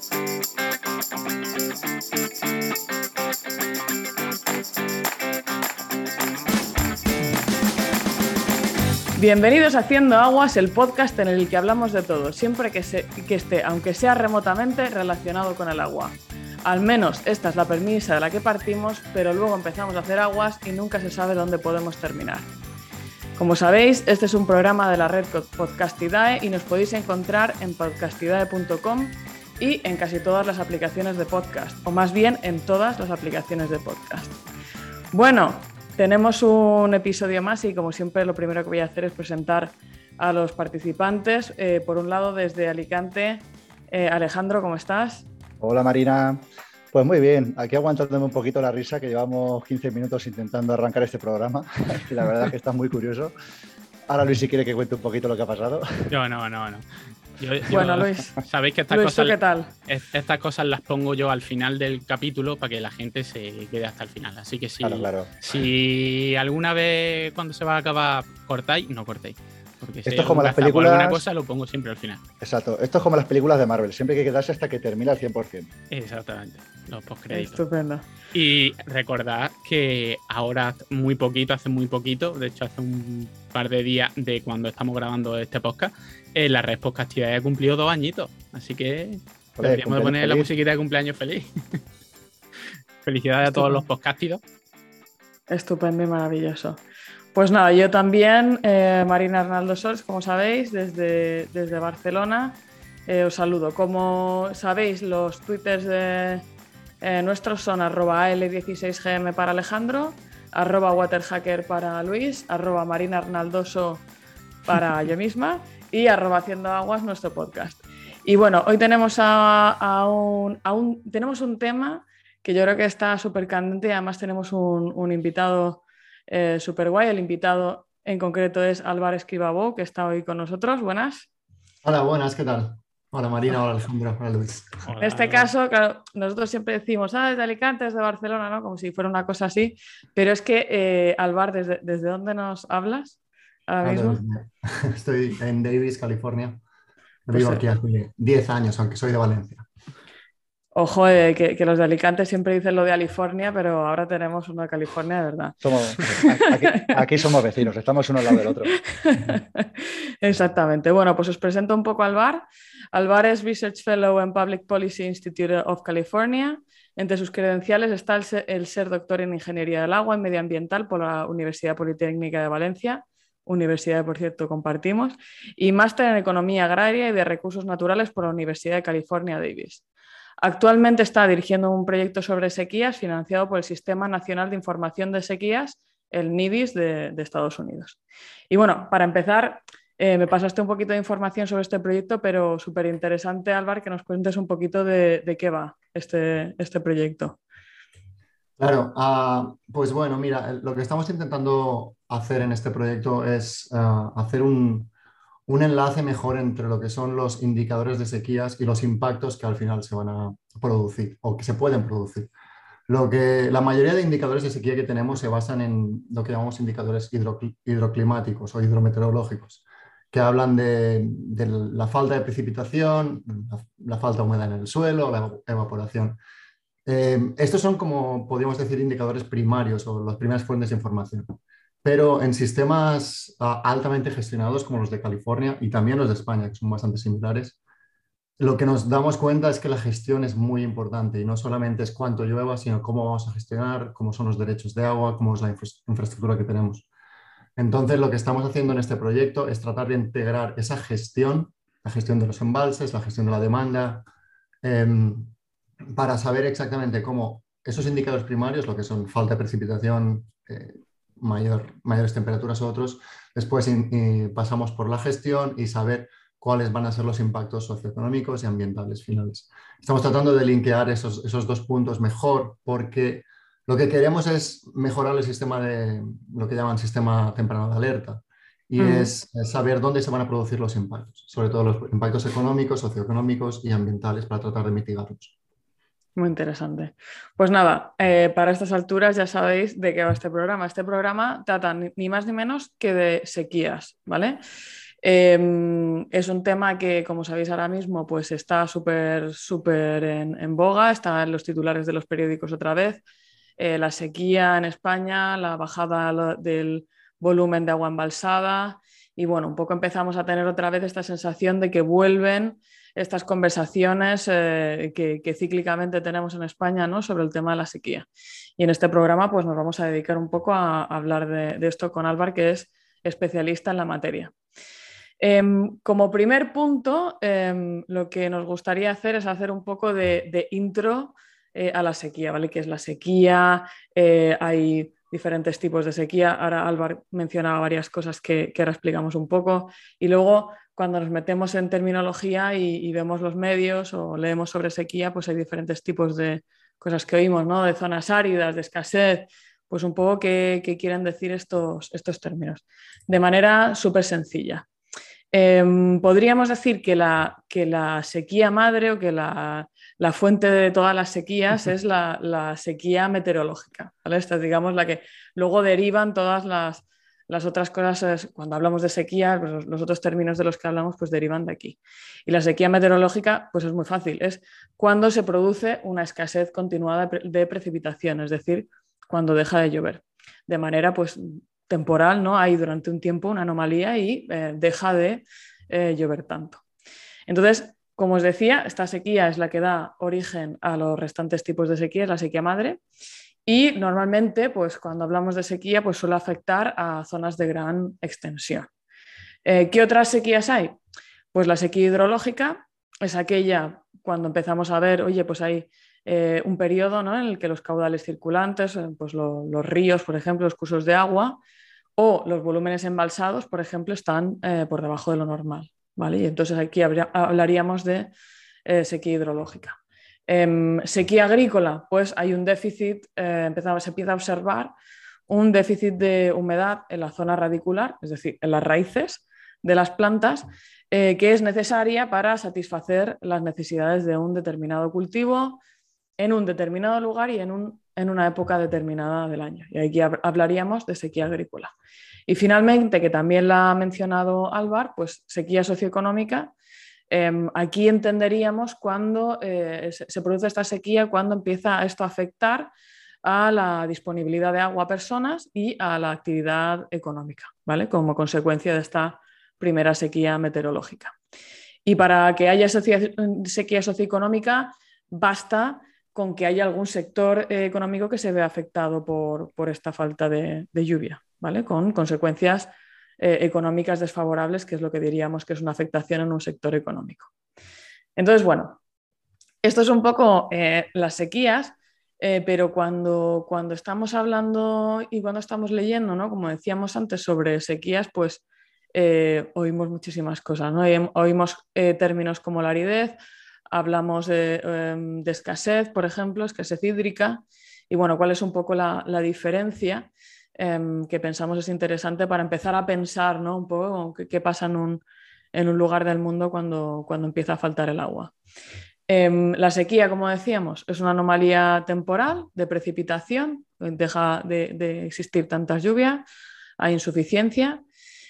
Bienvenidos a Haciendo Aguas, el podcast en el que hablamos de todo, siempre que esté, aunque sea remotamente, relacionado con el agua. Al menos esta es la premisa de la que partimos, pero luego empezamos a hacer aguas y nunca se sabe dónde podemos terminar. Como sabéis, este es un programa de la red Podcastidae y nos podéis encontrar en podcastidae.com y en casi todas las aplicaciones de podcast, o más bien en todas las aplicaciones de podcast. Bueno, tenemos un episodio más y como siempre lo primero que voy a hacer es presentar a los participantes. Por un lado, desde Alicante, Alejandro, ¿cómo estás? Hola Marina, pues muy bien, aquí aguantándome un poquito la risa que llevamos 15 minutos intentando arrancar este programa y la verdad es que está muy curioso. Ahora Luis si quiere que cuente un poquito lo que ha pasado. No. Bueno, Luis, sabéis que estas cosas las pongo yo al final del capítulo para que la gente se quede hasta el final. Así que Claro. si alguna vez cuando se va a acabar cortáis, no cortéis. Porque esto es como las películas. Alguna cosa lo pongo siempre al final. Exacto, esto es como las películas de Marvel, siempre hay que quedarse hasta que termina al 100%. Exactamente, los postcréditos. Estupendo. Y recordad que ahora hace muy poquito, de hecho hace un par de días de cuando estamos grabando este podcast, la red Podcastidae ha cumplido 2 añitos. Así que deberíamos de poner feliz. La musiquita de cumpleaños feliz. Felicidades a todos los podcastidos. Estupendo y maravilloso. Pues nada, yo también, Marina Arnaldo Sols, como sabéis, desde Barcelona, os saludo. Como sabéis, los twitters de nuestros son @al16gm para Alejandro, @waterhacker para Luis, @marinarnaldoso para yo misma y @haciendo aguas nuestro podcast. Y bueno, hoy tenemos tenemos un tema que yo creo que está súper candente y además tenemos un invitado súper guay. El invitado en concreto es Álvar Escribabó, que está hoy con nosotros. Buenas. Hola, buenas, ¿qué tal? Hola Marina, hola Alejandro, hola Luis. Hola, en este caso, claro, nosotros siempre decimos, desde Alicante, desde Barcelona, ¿no? Como si fuera una cosa así, pero es que, Álvar, ¿desde dónde nos hablas ahora mismo? Estoy en Davis, California. Pues Vivo aquí hace 10 años, aunque soy de Valencia. Ojo, que los de Alicante siempre dicen lo de California, pero ahora tenemos uno de California, de verdad. Aquí somos vecinos, estamos uno al lado del otro. Exactamente. Bueno, pues os presento un poco a Álvar. Álvar es Research Fellow en Public Policy Institute of California. Entre sus credenciales está el ser doctor en Ingeniería del Agua y Medioambiental por la Universidad Politécnica de Valencia, universidad que, por cierto, compartimos, y máster en Economía Agraria y de Recursos Naturales por la Universidad de California, Davis. Actualmente está dirigiendo un proyecto sobre sequías financiado por el Sistema Nacional de Información de Sequías, el NIDIS de Estados Unidos. Y bueno, para empezar, me pasaste un poquito de información sobre este proyecto, pero súper interesante, Álvar, que nos cuentes un poquito de qué va este proyecto. Claro, pues bueno, mira, lo que estamos intentando hacer en este proyecto es hacer un enlace mejor entre lo que son los indicadores de sequías y los impactos que al final se van a producir o que se pueden producir. La mayoría de indicadores de sequía que tenemos se basan en lo que llamamos indicadores hidroclimáticos o hidrometeorológicos, que hablan de la falta de precipitación, la falta de humedad en el suelo, la evaporación. Estos son, como podríamos decir, indicadores primarios o las primeras fuentes de información. Pero en sistemas altamente gestionados como los de California y también los de España, que son bastante similares, lo que nos damos cuenta es que la gestión es muy importante y no solamente es cuánto llueva, sino cómo vamos a gestionar, cómo son los derechos de agua, cómo es la infraestructura que tenemos. Entonces, lo que estamos haciendo en este proyecto es tratar de integrar esa gestión, la gestión de los embalses, la gestión de la demanda, para saber exactamente cómo esos indicadores primarios, lo que son falta de precipitación, mayores temperaturas u otros, después pasamos por la gestión y saber cuáles van a ser los impactos socioeconómicos y ambientales finales. Estamos tratando de linkear esos 2 puntos mejor porque lo que queremos es mejorar el sistema de lo que llaman sistema temprano de alerta y es saber dónde se van a producir los impactos, sobre todo los impactos económicos, socioeconómicos y ambientales para tratar de mitigarlos. Muy interesante. Pues nada, para estas alturas ya sabéis de qué va este programa. Este programa trata ni más ni menos que de sequías, ¿vale? Es un tema que, como sabéis ahora mismo, pues está súper en boga, está en los titulares de los periódicos otra vez. La sequía en España, la bajada del volumen de agua embalsada y bueno, un poco empezamos a tener otra vez esta sensación de que vuelven estas conversaciones que cíclicamente tenemos en España, ¿no?, sobre el tema de la sequía. Y en este programa pues nos vamos a dedicar un poco a hablar de esto con Álvar, que es especialista en la materia. Como primer punto, lo que nos gustaría hacer es hacer un poco de intro a la sequía, ¿vale? ¿Qué es la sequía? Hay diferentes tipos de sequía. Ahora Álvaro mencionaba varias cosas que ahora explicamos un poco. Y luego, cuando nos metemos en terminología y vemos los medios o leemos sobre sequía, pues hay diferentes tipos de cosas que oímos, ¿no? De zonas áridas, de escasez, pues un poco qué quieren decir estos términos. De manera súper sencilla. Podríamos decir que la sequía madre o que la fuente de todas las sequías es la sequía meteorológica, ¿vale? Esta es, digamos, la que luego derivan todas las otras cosas. Cuando hablamos de sequía, pues los otros términos de los que hablamos pues derivan de aquí. Y la sequía meteorológica pues es muy fácil, es cuando se produce una escasez continuada de precipitación, es decir, cuando deja de llover. De manera pues temporal, ¿no? Hay durante un tiempo una anomalía y deja de llover tanto. Entonces, como os decía, esta sequía es la que da origen a los restantes tipos de sequía, es la sequía madre, y normalmente, pues cuando hablamos de sequía, pues suele afectar a zonas de gran extensión. ¿Qué otras sequías hay? Pues la sequía hidrológica es aquella cuando empezamos a ver, oye, pues hay un periodo, ¿no?, en el que los caudales circulantes, pues los ríos, por ejemplo, los cursos de agua, o los volúmenes embalsados, por ejemplo, están por debajo de lo normal, ¿vale? Y entonces aquí hablaríamos de sequía hidrológica. Sequía agrícola, pues hay un déficit, se empieza a observar un déficit de humedad en la zona radicular, es decir, en las raíces de las plantas, que es necesaria para satisfacer las necesidades de un determinado cultivo en un determinado lugar y en una época determinada del año. Y aquí hablaríamos de sequía agrícola. Y finalmente, que también la ha mencionado Álvaro, pues sequía socioeconómica. Aquí entenderíamos cuando se produce esta sequía, cuando empieza esto a afectar a la disponibilidad de agua a personas y a la actividad económica, ¿vale?, como consecuencia de esta primera sequía meteorológica. Y para que haya sequía socioeconómica, basta con que haya algún sector económico que se vea afectado por esta falta de lluvia, ¿vale?, con consecuencias económicas desfavorables, que es lo que diríamos que es una afectación en un sector económico. Entonces, bueno, esto es un poco las sequías, pero cuando estamos hablando y cuando estamos leyendo, ¿no?, como decíamos antes, sobre sequías, pues oímos muchísimas cosas, ¿no? Oímos términos como la aridez, hablamos de escasez, por ejemplo, escasez hídrica, y bueno, ¿cuál es un poco la diferencia que pensamos es interesante para empezar a pensar, ¿no?, un poco qué pasa en un lugar del mundo cuando empieza a faltar el agua? La sequía, como decíamos, es una anomalía temporal de precipitación, deja de existir tanta lluvia, hay insuficiencia,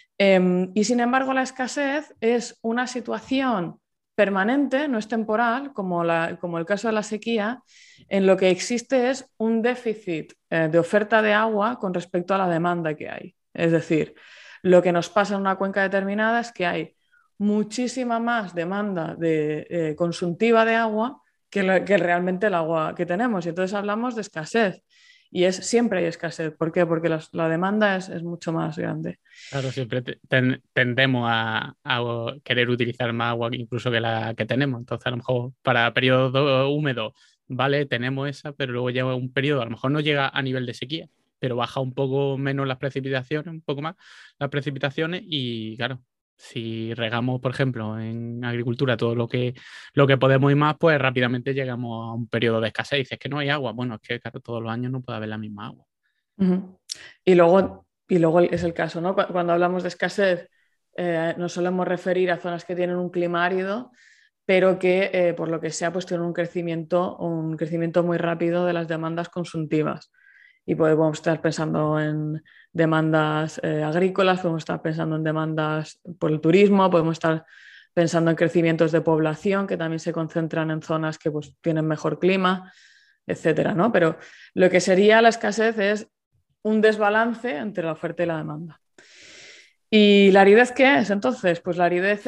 y sin embargo la escasez es una situación permanente, no es temporal, como el caso de la sequía, en lo que existe es un déficit de oferta de agua con respecto a la demanda que hay. Es decir, lo que nos pasa en una cuenca determinada es que hay muchísima más demanda consumtiva de agua que realmente el agua que tenemos. Y entonces hablamos de escasez. Y siempre hay escasez. ¿Por qué? Porque la demanda es mucho más grande. Claro, siempre tendemos a querer utilizar más agua incluso que la que tenemos. Entonces, a lo mejor para periodos húmedos, vale, tenemos esa, pero luego llega un periodo, a lo mejor no llega a nivel de sequía, pero baja un poco menos las precipitaciones, un poco más las precipitaciones y claro, si regamos, por ejemplo, en agricultura todo lo que podemos y más, pues rápidamente llegamos a un periodo de escasez. Dices que no hay agua. Bueno, es que claro, todos los años no puede haber la misma agua. Uh-huh. Y luego es el caso, ¿no? Cuando hablamos de escasez, nos solemos referir a zonas que tienen un clima árido, pero que por lo que sea, pues tienen un crecimiento muy rápido de las demandas consumtivas. y podemos estar pensando en demandas agrícolas, podemos estar pensando en demandas por el turismo, podemos estar pensando en crecimientos de población que también se concentran en zonas que pues, tienen mejor clima, etcétera, ¿no? Pero lo que sería la escasez es un desbalance entre la oferta y la demanda. ¿Y la aridez qué es entonces? Pues la aridez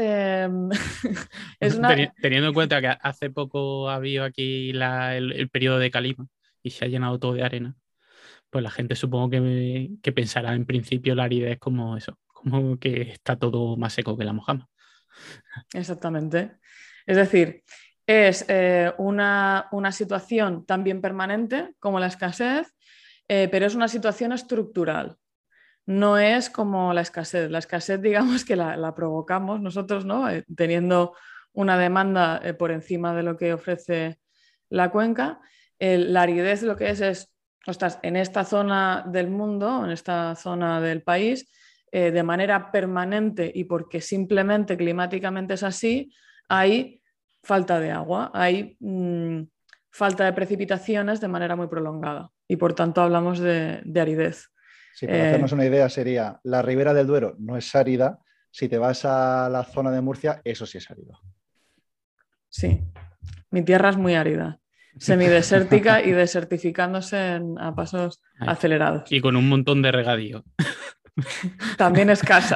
es una... Teniendo en cuenta que hace poco ha habido aquí el periodo de calima y se ha llenado todo de arena, pues la gente supongo que pensará en principio la aridez como eso, como que está todo más seco que la mojama. Exactamente. Es decir, es una situación también permanente como la escasez, pero es una situación estructural. No es como la escasez. La escasez, digamos que la provocamos nosotros, ¿no? Teniendo una demanda por encima de lo que ofrece la cuenca. La aridez lo que es, ostras, en esta zona del mundo, en esta zona del país, de manera permanente y porque simplemente climáticamente es así, hay falta de agua, hay falta de precipitaciones de manera muy prolongada y por tanto hablamos de aridez. Sí, para hacernos una idea sería, la ribera del Duero no es árida, si te vas a la zona de Murcia, eso sí es árido. Sí, mi tierra es muy árida, semidesértica y desertificándose a pasos acelerados. Y con un montón de regadío. También escasa.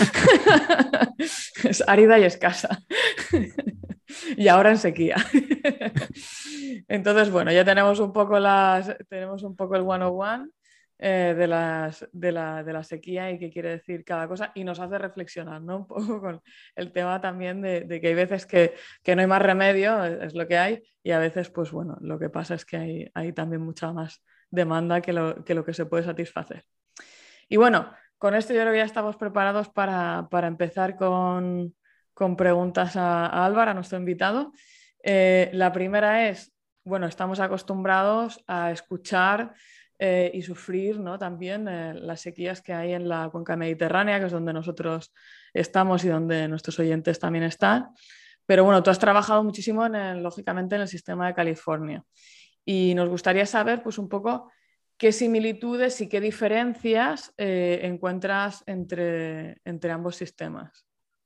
Es árida y escasa. Y ahora en sequía. Entonces, bueno, ya tenemos un poco el 101 de la sequía y qué quiere decir cada cosa y nos hace reflexionar, ¿no? Un poco con el tema también de que hay veces que no hay más remedio, es lo que hay, y a veces, pues bueno, lo que pasa es que hay también mucha más demanda que lo que se puede satisfacer. Y bueno, con esto yo creo que ya estamos preparados para empezar con preguntas a Álvaro, a nuestro invitado. La primera es, bueno, estamos acostumbrados a escuchar y sufrir, ¿no? También las sequías que hay en la cuenca mediterránea, que es donde nosotros estamos y donde nuestros oyentes también están. Pero bueno, tú has trabajado muchísimo, lógicamente, en el sistema de California. Y nos gustaría saber, pues, un poco qué similitudes y qué diferencias encuentras entre ambos sistemas.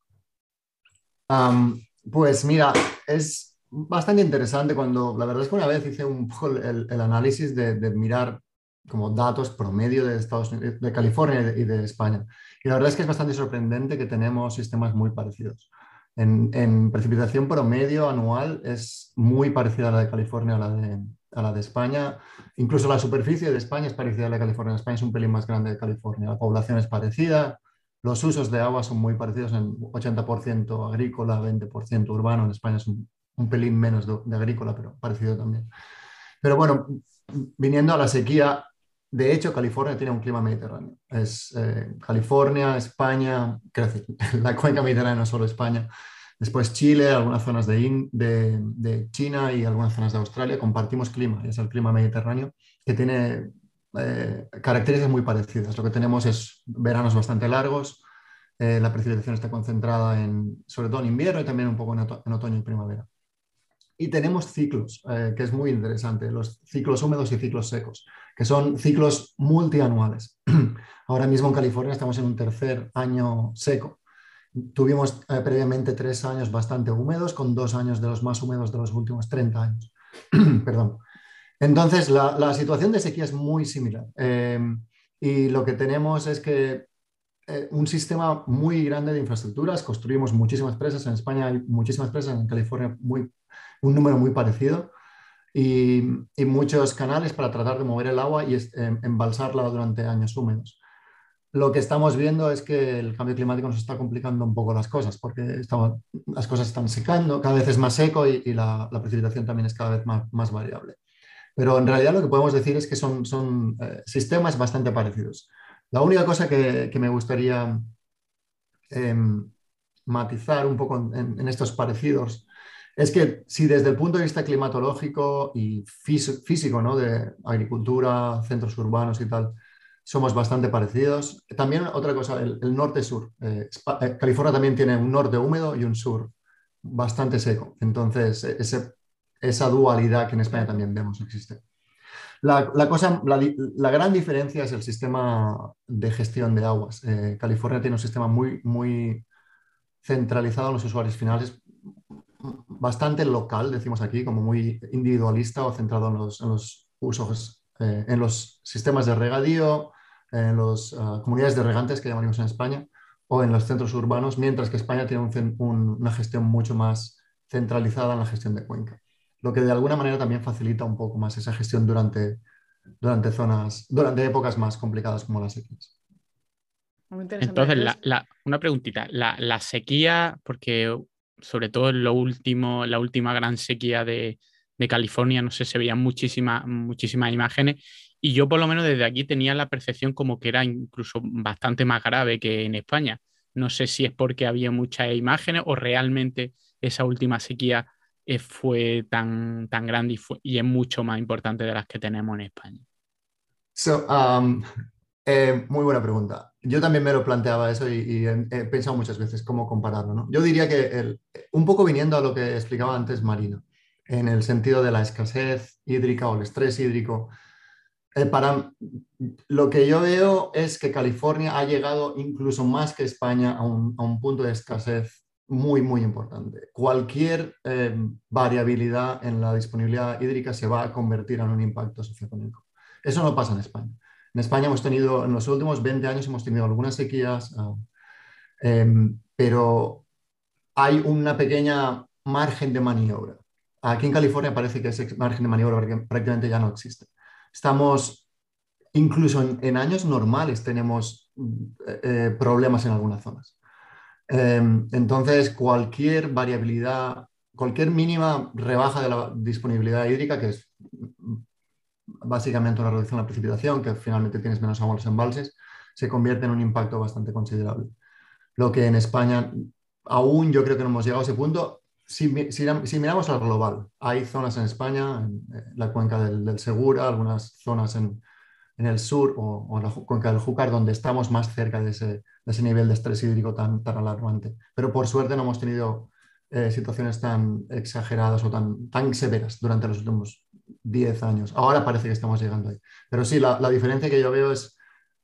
Pues mira, es bastante interesante cuando, la verdad es que una vez hice un poco el análisis de mirar como datos promedio de Estados Unidos, de California y de España. Y la verdad es que es bastante sorprendente que tenemos sistemas muy parecidos. En precipitación promedio anual es muy parecida a la de California a la de España. Incluso la superficie de España es parecida a la de California. España es un pelín más grande de California. La población es parecida. Los usos de agua son muy parecidos, en 80% agrícola, 20% urbano. En España es un pelín menos de agrícola, pero parecido también. Pero bueno, viniendo a la sequía, de hecho, California tiene un clima mediterráneo. Es California, España, la cuenca mediterránea, no solo España. Después Chile, algunas zonas de China y algunas zonas de Australia. Compartimos clima, es el clima mediterráneo, que tiene características muy parecidas. Lo que tenemos es veranos bastante largos, la precipitación está concentrada sobre todo en invierno y también un poco en otoño y primavera. Y tenemos ciclos, que es muy interesante, los ciclos húmedos y ciclos secos, que son ciclos multianuales. Ahora mismo en California estamos en un tercer año seco. Tuvimos previamente 3 años bastante húmedos, con 2 años de los más húmedos de los últimos 30 años. Perdón. Entonces, la situación de sequía es muy similar. Y lo que tenemos es que un sistema muy grande de infraestructuras, construimos muchísimas presas, en España hay muchísimas presas, en California un número muy parecido, y muchos canales para tratar de mover el agua y embalsarla durante años húmedos. Lo que estamos viendo es que el cambio climático nos está complicando un poco las cosas, porque las cosas están secando, cada vez es más seco y la precipitación también es cada vez más variable. Pero en realidad lo que podemos decir es que son sistemas bastante parecidos. La única cosa que me gustaría matizar un poco en estos parecidos es que si desde el punto de vista climatológico y físico, ¿no? De agricultura, centros urbanos y tal, somos bastante parecidos. También otra cosa, el norte-sur. California también tiene un norte húmedo y un sur bastante seco. Entonces, esa dualidad que en España también vemos existe. La gran diferencia es el sistema de gestión de aguas. California tiene un sistema muy centralizado en los usuarios finales, bastante local, decimos aquí, como muy individualista o centrado en los usos, en los sistemas de regadío, en las comunidades de regantes que llamaríamos en España, o en los centros urbanos, mientras que España tiene una gestión mucho más centralizada en la gestión de cuenca, lo que de alguna manera también facilita un poco más esa gestión durante épocas más complicadas como las sequías. Muy interesante. Entonces, Entonces, una preguntita. La sequía, porque sobre todo en la última gran sequía de California, no sé, se veían muchísimas imágenes y yo por lo menos desde aquí tenía la percepción como que era incluso bastante más grave que en España. No sé si es porque había muchas imágenes o realmente esa última sequía fue tan grande y es mucho más importante de las que tenemos en España. So, muy buena pregunta. Yo también me lo planteaba eso y he pensado muchas veces cómo compararlo, ¿no? Yo diría que un poco viniendo a lo que explicaba antes Marina, en el sentido de la escasez hídrica o el estrés hídrico, para lo que yo veo es que California ha llegado incluso más que España a un punto de escasez muy importante. Cualquier variabilidad en la disponibilidad hídrica se va a convertir en un impacto socioeconómico. Eso no pasa en España. En España hemos tenido, en los últimos 20 años hemos tenido algunas sequías, pero hay una pequeña margen de maniobra. Aquí en California parece que ese margen de maniobra prácticamente ya no existe. Estamos, incluso en años normales tenemos problemas en algunas zonas. Entonces, cualquier variabilidad, cualquier mínima rebaja de la disponibilidad hídrica, que es básicamente una reducción de la precipitación, que finalmente tienes menos agua en los embalses, se convierte en un impacto bastante considerable. Lo que en España aún yo creo que no hemos llegado a ese punto. Si miramos al global, hay zonas en España, en la cuenca del Segura, algunas zonas en el sur o la cuenca del Júcar, donde estamos más cerca de ese nivel de estrés hídrico tan alarmante. Pero por suerte no hemos tenido situaciones tan exageradas o tan severas durante los últimos 10 años. Ahora parece que estamos llegando ahí. Pero sí, la diferencia que yo veo es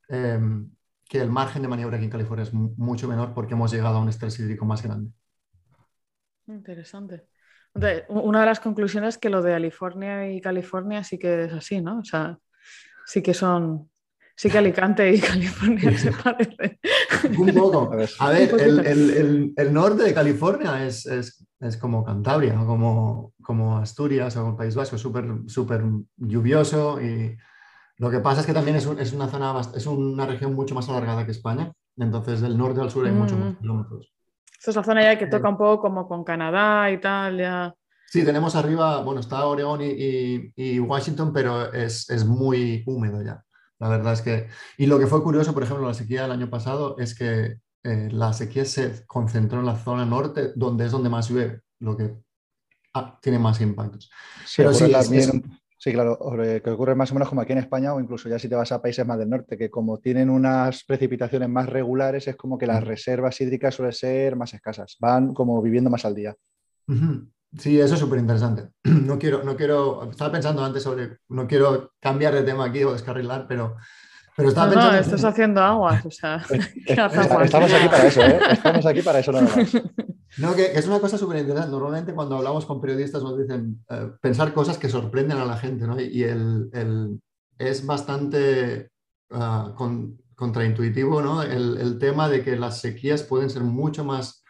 que el margen de maniobra aquí en California es mucho menor porque hemos llegado a un estrés hídrico más grande. interesante. Entonces, una de las conclusiones es que lo de California y California sí que es así, ¿no? O sea, sí que Alicante y California se parecen. Un poco. A ver, Un poquito. el norte de California es como Cantabria, ¿no? Como Asturias o el País Vasco, súper lluvioso. Y lo que pasa es que también es una región mucho más alargada que España. Entonces, del norte al sur hay muchos más kilómetros. Esta es la zona ya que toca un poco como con Canadá y tal, ya. Sí, tenemos arriba, bueno, está Oregón y Washington, pero es muy húmedo ya. La verdad es que... Y lo que fue curioso, por ejemplo, la sequía del año pasado es que la sequía se concentró en la zona norte, donde es donde más llueve, lo que tiene más impactos. Sí, Pero ocurre sí, también, sí, claro, que ocurre más o menos como aquí en España o incluso ya si te vas a países más del norte, que como tienen unas precipitaciones más regulares, es como que las reservas hídricas suelen ser más escasas, van como viviendo más al día. Ujú. Sí, eso es súper interesante. Estaba pensando antes no quiero cambiar de tema aquí o descarrilar, pero estaba No, pensando... estás haciendo aguas, o sea, ¿qué haz aguas? Estamos aquí para eso, ¿eh? Estamos aquí para eso nada más. No, que es una cosa súper interesante. Normalmente cuando hablamos con periodistas nos dicen pensar cosas que sorprenden a la gente, ¿no? Y es bastante contraintuitivo, ¿no? El tema de que las sequías pueden ser mucho más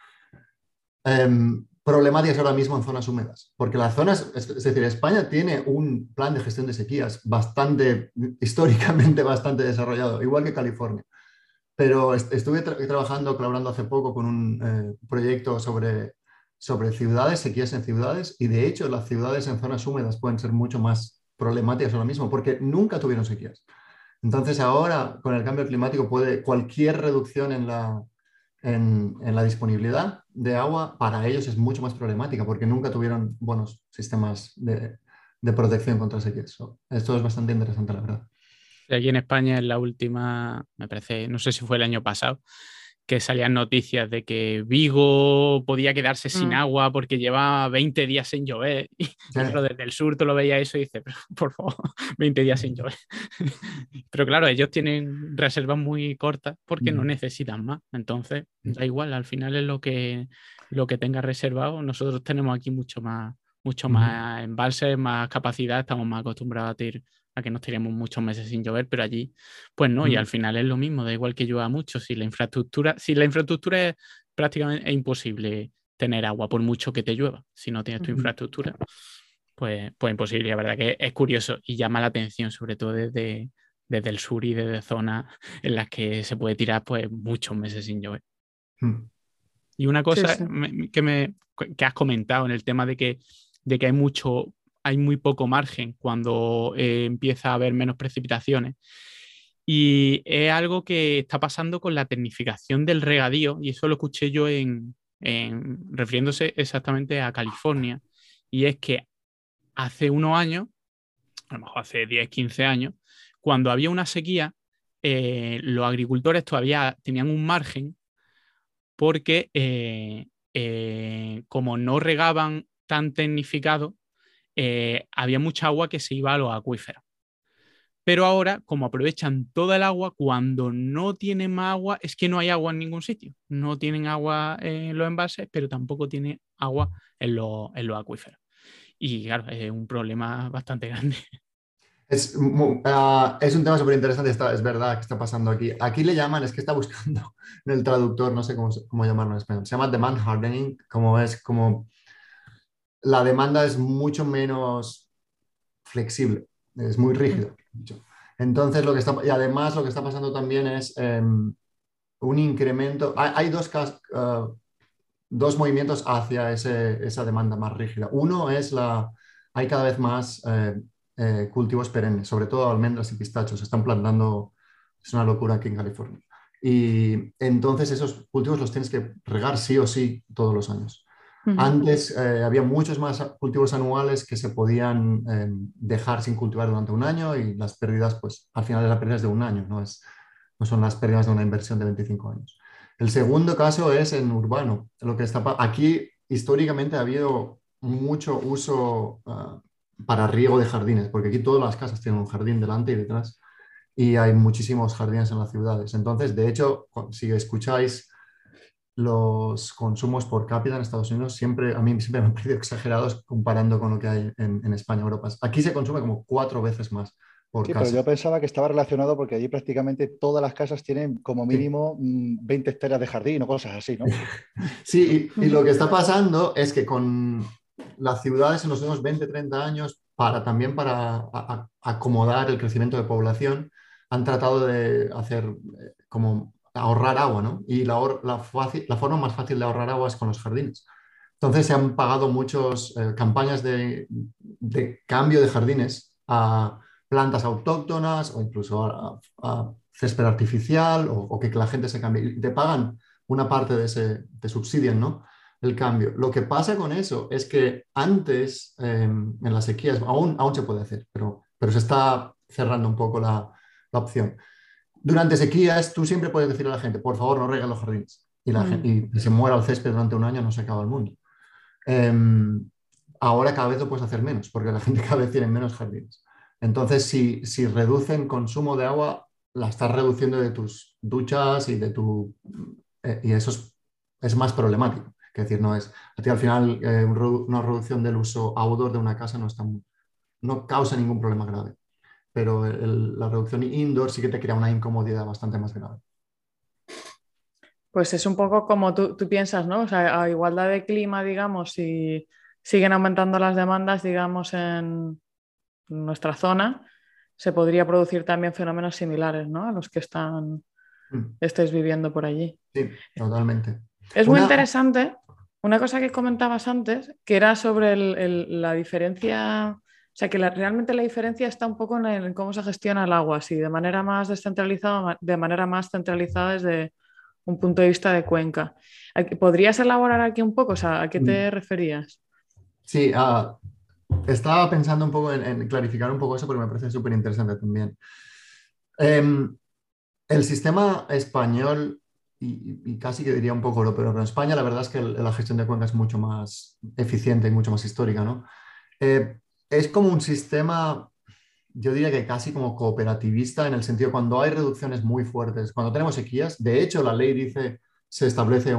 problemáticas ahora mismo en zonas húmedas. Porque las zonas, es decir, España tiene un plan de gestión de sequías históricamente bastante desarrollado, igual que California. Pero estuve colaborando hace poco con un proyecto sobre ciudades, sequías en ciudades, y de hecho las ciudades en zonas húmedas pueden ser mucho más problemáticas ahora mismo porque nunca tuvieron sequías. Entonces ahora, con el cambio climático, cualquier reducción en la disponibilidad de agua para ellos es mucho más problemática porque nunca tuvieron buenos sistemas de protección contra sequías. Esto es bastante interesante, la verdad. Aquí en España en la última, me parece, no sé si fue el año pasado, que salían noticias de que Vigo podía quedarse sin agua porque lleva 20 días sin llover. Y claro, desde el sur tú lo veías eso y dices, por favor, 20 días sin llover. Pero claro, ellos tienen reservas muy cortas porque no necesitan más. Entonces, da igual, al final es lo que tenga reservado. Nosotros tenemos aquí mucho más embalses, más capacidad, estamos más acostumbrados a que nos tiremos muchos meses sin llover, pero allí pues no, y al final es lo mismo, da igual que llueva mucho, si la infraestructura es prácticamente imposible tener agua por mucho que te llueva, si no tienes tu infraestructura, pues imposible. La verdad que es curioso y llama la atención, sobre todo desde el sur y desde zonas en las que se puede tirar pues muchos meses sin llover. Y una cosa que has comentado en el tema de que hay muy poco margen cuando empieza a haber menos precipitaciones. Y es algo que está pasando con la tecnificación del regadío, y eso lo escuché yo refiriéndose exactamente a California. Y es que hace unos años, a lo mejor hace 10, 15 años, cuando había una sequía, los agricultores todavía tenían un margen porque como no regaban tan tecnificado, había mucha agua que se iba a los acuíferos. Pero ahora, como aprovechan toda el agua, cuando no tienen más agua, es que no hay agua en ningún sitio. No tienen agua en los embalses, pero tampoco tienen agua en los acuíferos. Y claro, es un problema bastante grande. Es un tema súper interesante, es verdad que está pasando aquí. Aquí le llaman, es que está buscando en el traductor, no sé cómo llamarlo en español. Se llama demand hardening, como la demanda es mucho menos flexible, es muy rígido. Entonces, y además lo que está pasando también es un incremento. Hay dos movimientos hacia esa demanda más rígida. Uno es hay cada vez más cultivos perennes, sobre todo almendras y pistachos. Se están plantando, es una locura aquí en California. Y entonces esos cultivos los tienes que regar sí o sí todos los años. Antes había muchos más cultivos anuales que se podían dejar sin cultivar durante un año, y las pérdidas, pues al final las pérdidas de un año, no son las pérdidas de una inversión de 25 años. El segundo caso es en urbano. Aquí históricamente ha habido mucho uso para riego de jardines, porque aquí todas las casas tienen un jardín delante y detrás, y hay muchísimos jardines en las ciudades. Entonces, de hecho, si escucháis los consumos por cápita en Estados Unidos, a mí siempre me han parecido exagerados comparando con lo que hay en España, Europa. Aquí se consume como 4 veces más por casa. Pero yo pensaba que estaba relacionado porque allí prácticamente todas las casas tienen como mínimo 20 hectáreas de jardín o cosas así, ¿no? Sí, y lo que está pasando es que con las ciudades en los últimos 20, 30 años, también para acomodar el crecimiento de población, han tratado de hacer como ahorrar agua, ¿no? Y la forma más fácil de ahorrar agua es con los jardines. Entonces se han pagado muchas campañas de cambio de jardines a plantas autóctonas o incluso a césped artificial, o que la gente se cambie. Y te pagan una parte te subsidian, ¿no?, el cambio. Lo que pasa con eso es que antes, en las sequías, aún se puede hacer, pero se está cerrando un poco la opción. Durante sequías, tú siempre puedes decir a la gente, por favor, no rieguen los jardines. Y se muera el césped durante un año, no se acaba el mundo. Ahora cada vez lo puedes hacer menos, porque la gente cada vez tiene menos jardines. Entonces, si reducen consumo de agua, la estás reduciendo de tus duchas y y eso es más problemático. Es decir, a ti al final una reducción del uso outdoor de una casa no causa ningún problema grave, pero la reducción indoor sí que te crea una incomodidad bastante más grave. Pues es un poco como tú piensas, ¿no? O sea, a igualdad de clima, digamos, si siguen aumentando las demandas, digamos, en nuestra zona, se podría producir también fenómenos similares, ¿no?, a los que estáis viviendo por allí. Sí, totalmente. Es muy interesante una cosa que comentabas antes, que era sobre la diferencia, o sea, que realmente la diferencia está un poco en cómo se gestiona el agua, si de manera más descentralizada, de manera más centralizada desde un punto de vista de cuenca. ¿Podrías elaborar aquí un poco? O sea, ¿a qué te referías? Sí, estaba pensando un poco en clarificar un poco eso, porque me parece súper interesante también. El sistema español y casi que diría un poco europeo, pero en España la verdad es que la gestión de cuenca es mucho más eficiente y mucho más histórica, ¿no? Es como un sistema, yo diría que casi como cooperativista, en el sentido cuando hay reducciones muy fuertes, cuando tenemos sequías, de hecho la ley dice, se establece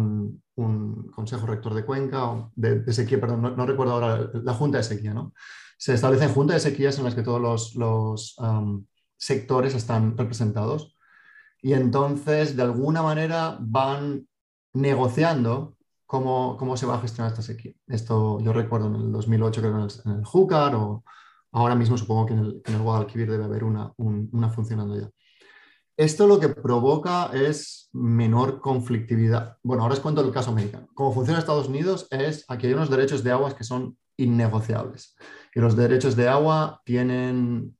un consejo rector de cuenca, o de sequía, perdón, no recuerdo ahora, la junta de sequía, ¿no? Se establecen juntas de sequías en las que todos los sectores están representados y entonces de alguna manera van negociando cómo se va a gestionar esta sequía. Esto yo recuerdo en el 2008 creo en el Júcar o ahora mismo supongo que en el Guadalquivir debe haber una funcionando ya. Esto lo que provoca es menor conflictividad. Bueno, ahora os cuento el caso americano. Como funciona Estados Unidos es, aquí hay unos derechos de aguas que son innegociables. Y los derechos de agua tienen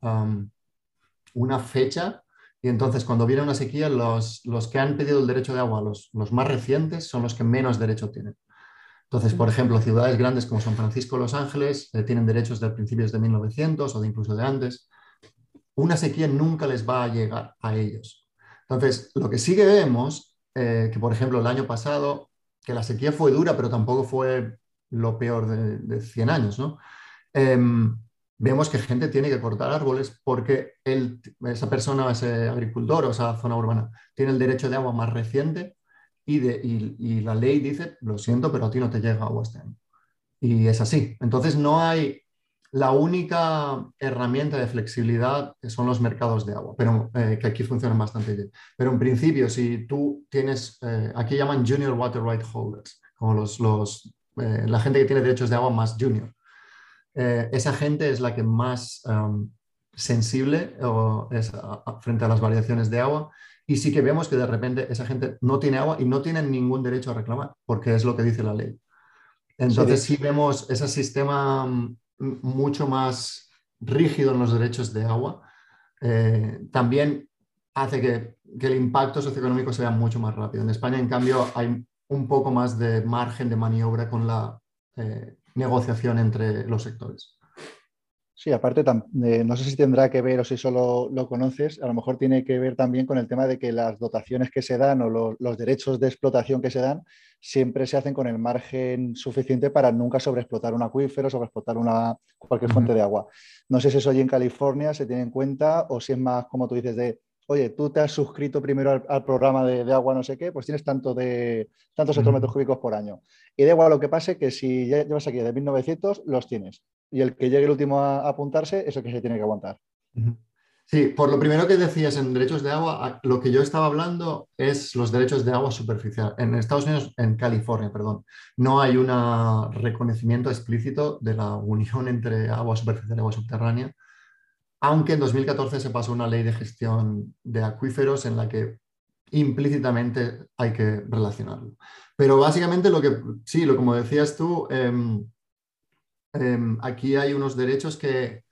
una fecha y entonces cuando viene una sequía, los que han pedido el derecho de agua, los más recientes, son los que menos derecho tienen. Entonces, por ejemplo, ciudades grandes como San Francisco o Los Ángeles tienen derechos de principios de 1900 o de incluso de antes. Una sequía nunca les va a llegar a ellos. Entonces, lo que sí que vemos, que por ejemplo el año pasado, que la sequía fue dura, pero tampoco fue lo peor de 100 años, ¿no? Vemos que gente tiene que cortar árboles porque esa persona, ese agricultor o esa zona urbana, tiene el derecho de agua más reciente y la ley dice, lo siento, pero a ti no te llega agua este año. Y es así. Entonces no hay... La única herramienta de flexibilidad son los mercados de agua, pero que aquí funcionan bastante bien. Pero en principio, si tú tienes, aquí llaman junior water right holders, como la gente que tiene derechos de agua más junior. Esa gente es la que más sensible es frente a las variaciones de agua y sí que vemos que de repente esa gente no tiene agua y no tiene ningún derecho a reclamar porque es lo que dice la ley. Entonces sí vemos ese sistema mucho más rígido en los derechos de agua. También hace que el impacto socioeconómico sea mucho más rápido. En España, en cambio, hay un poco más de margen de maniobra con la negociación entre los sectores. Sí, aparte, no sé si tendrá que ver o si solo lo conoces, a lo mejor tiene que ver también con el tema de que las dotaciones que se dan o los derechos de explotación que se dan siempre se hacen con el margen suficiente para nunca sobreexplotar un acuífero, sobreexplotar cualquier fuente de agua. No sé si eso allí en California se tiene en cuenta o si es más, como tú dices, de, oye, tú te has suscrito primero al programa de agua no sé qué, pues tienes tantos hectómetros cúbicos por año. Y da igual lo que pase, que si ya llevas aquí de 1900, los tienes. Y el que llegue el último a apuntarse, eso que se tiene que aguantar. Sí, por lo primero que decías en derechos de agua, lo que yo estaba hablando es los derechos de agua superficial. En Estados Unidos, en California, perdón, no hay un reconocimiento explícito de la unión entre agua superficial y agua subterránea, aunque en 2014 se pasó una ley de gestión de acuíferos en la que implícitamente hay que relacionarlo. Pero básicamente como decías tú, aquí hay unos derechos que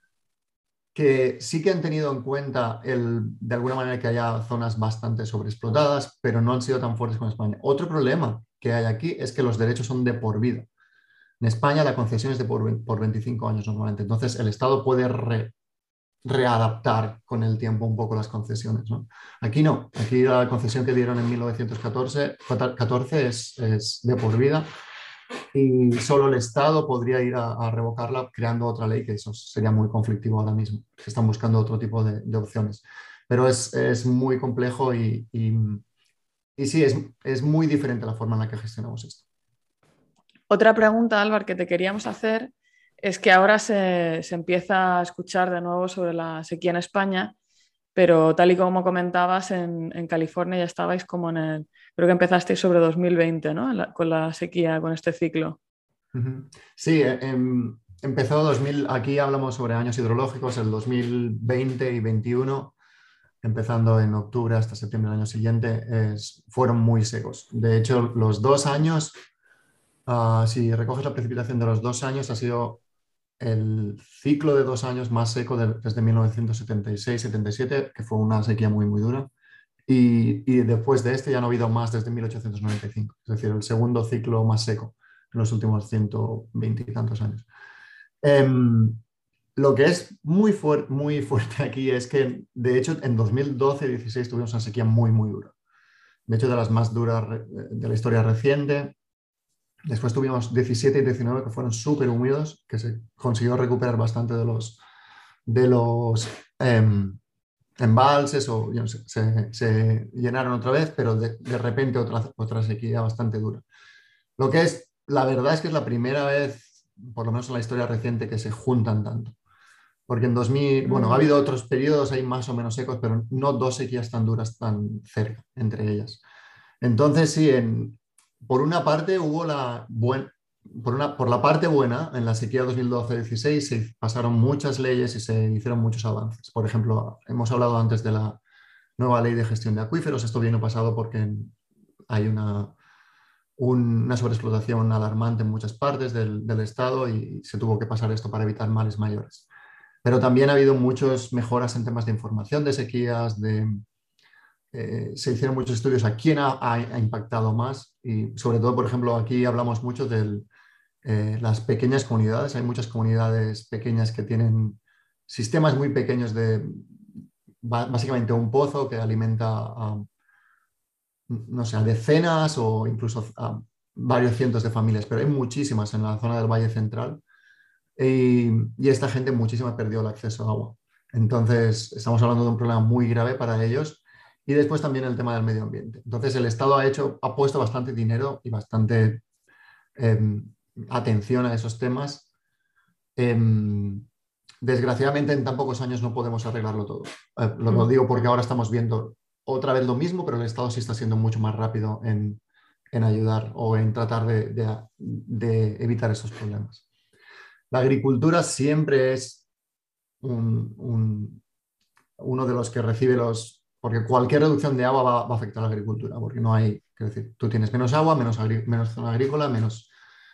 sí que han tenido en cuenta de alguna manera que haya zonas bastante sobreexplotadas, pero no han sido tan fuertes como en España. Otro problema que hay aquí es que los derechos son de por vida. En España la concesión es de por 25 años normalmente, entonces el Estado puede readaptar con el tiempo un poco las concesiones, ¿no? Aquí no, aquí la concesión que dieron en 1914 es de por vida y solo el Estado podría ir a revocarla creando otra ley, que eso sería muy conflictivo ahora mismo. Se están buscando otro tipo de opciones. Pero es muy complejo y sí, es muy diferente la forma en la que gestionamos esto. Otra pregunta, Álvaro, que te queríamos hacer es que ahora se empieza a escuchar de nuevo sobre la sequía en España, pero tal y como comentabas, en California ya estabais como creo que empezasteis sobre 2020, ¿no? Con la sequía, con este ciclo. Sí, empezó 2000, aquí hablamos sobre años hidrológicos, el 2020 y 2021, empezando en octubre hasta septiembre del año siguiente, fueron muy secos. De hecho, los 2 años, si recoges la precipitación de los 2 años, ha sido el ciclo de 2 años más seco desde 1976-77, que fue una sequía muy, muy dura. Y después de este ya no ha habido más desde 1895, es decir, el segundo ciclo más seco en los últimos 120 y tantos años. Lo que es muy fuerte aquí es que, de hecho, en 2012-16 tuvimos una sequía muy, muy dura. de hecho de las más duras de la historia reciente. Después tuvimos 17 y 19 que fueron súper húmedos, que se consiguió recuperar bastante de los embalses o yo no sé, se llenaron otra vez, pero de repente otra sequía bastante dura. Lo que es, la verdad es que es la primera vez, por lo menos en la historia reciente, que se juntan tanto. Porque en 2000, bueno, ha habido otros periodos ahí más o menos secos, pero no dos sequías tan duras tan cerca entre ellas. Entonces, sí, por una parte hubo por la parte buena, en la sequía 2012-16 se pasaron muchas leyes y se hicieron muchos avances. Por ejemplo, hemos hablado antes de la nueva ley de gestión de acuíferos. Esto vino pasado porque hay una sobreexplotación alarmante en muchas partes del estado y se tuvo que pasar esto para evitar males mayores. Pero también ha habido muchas mejoras en temas de información de sequías, se hicieron muchos estudios a quién ha impactado más y sobre todo, por ejemplo, aquí hablamos mucho de las pequeñas comunidades. Hay muchas comunidades pequeñas que tienen sistemas muy pequeños de básicamente un pozo que alimenta no sé, a decenas o incluso a varios cientos de familias, pero hay muchísimas en la zona del Valle Central y esta gente muchísima perdió el acceso a agua. Entonces, estamos hablando de un problema muy grave para ellos. Y después también el tema del medio ambiente. Entonces, el Estado ha puesto bastante dinero y bastante atención a esos temas. Desgraciadamente, en tan pocos años no podemos arreglarlo todo. Lo digo porque ahora estamos viendo otra vez lo mismo, pero el Estado sí está siendo mucho más rápido en ayudar o en tratar de evitar esos problemas. La agricultura siempre es uno de los que recibe porque cualquier reducción de agua va a afectar a la agricultura, porque no hay, quiero decir, tú tienes menos agua, menos zona agrícola, menos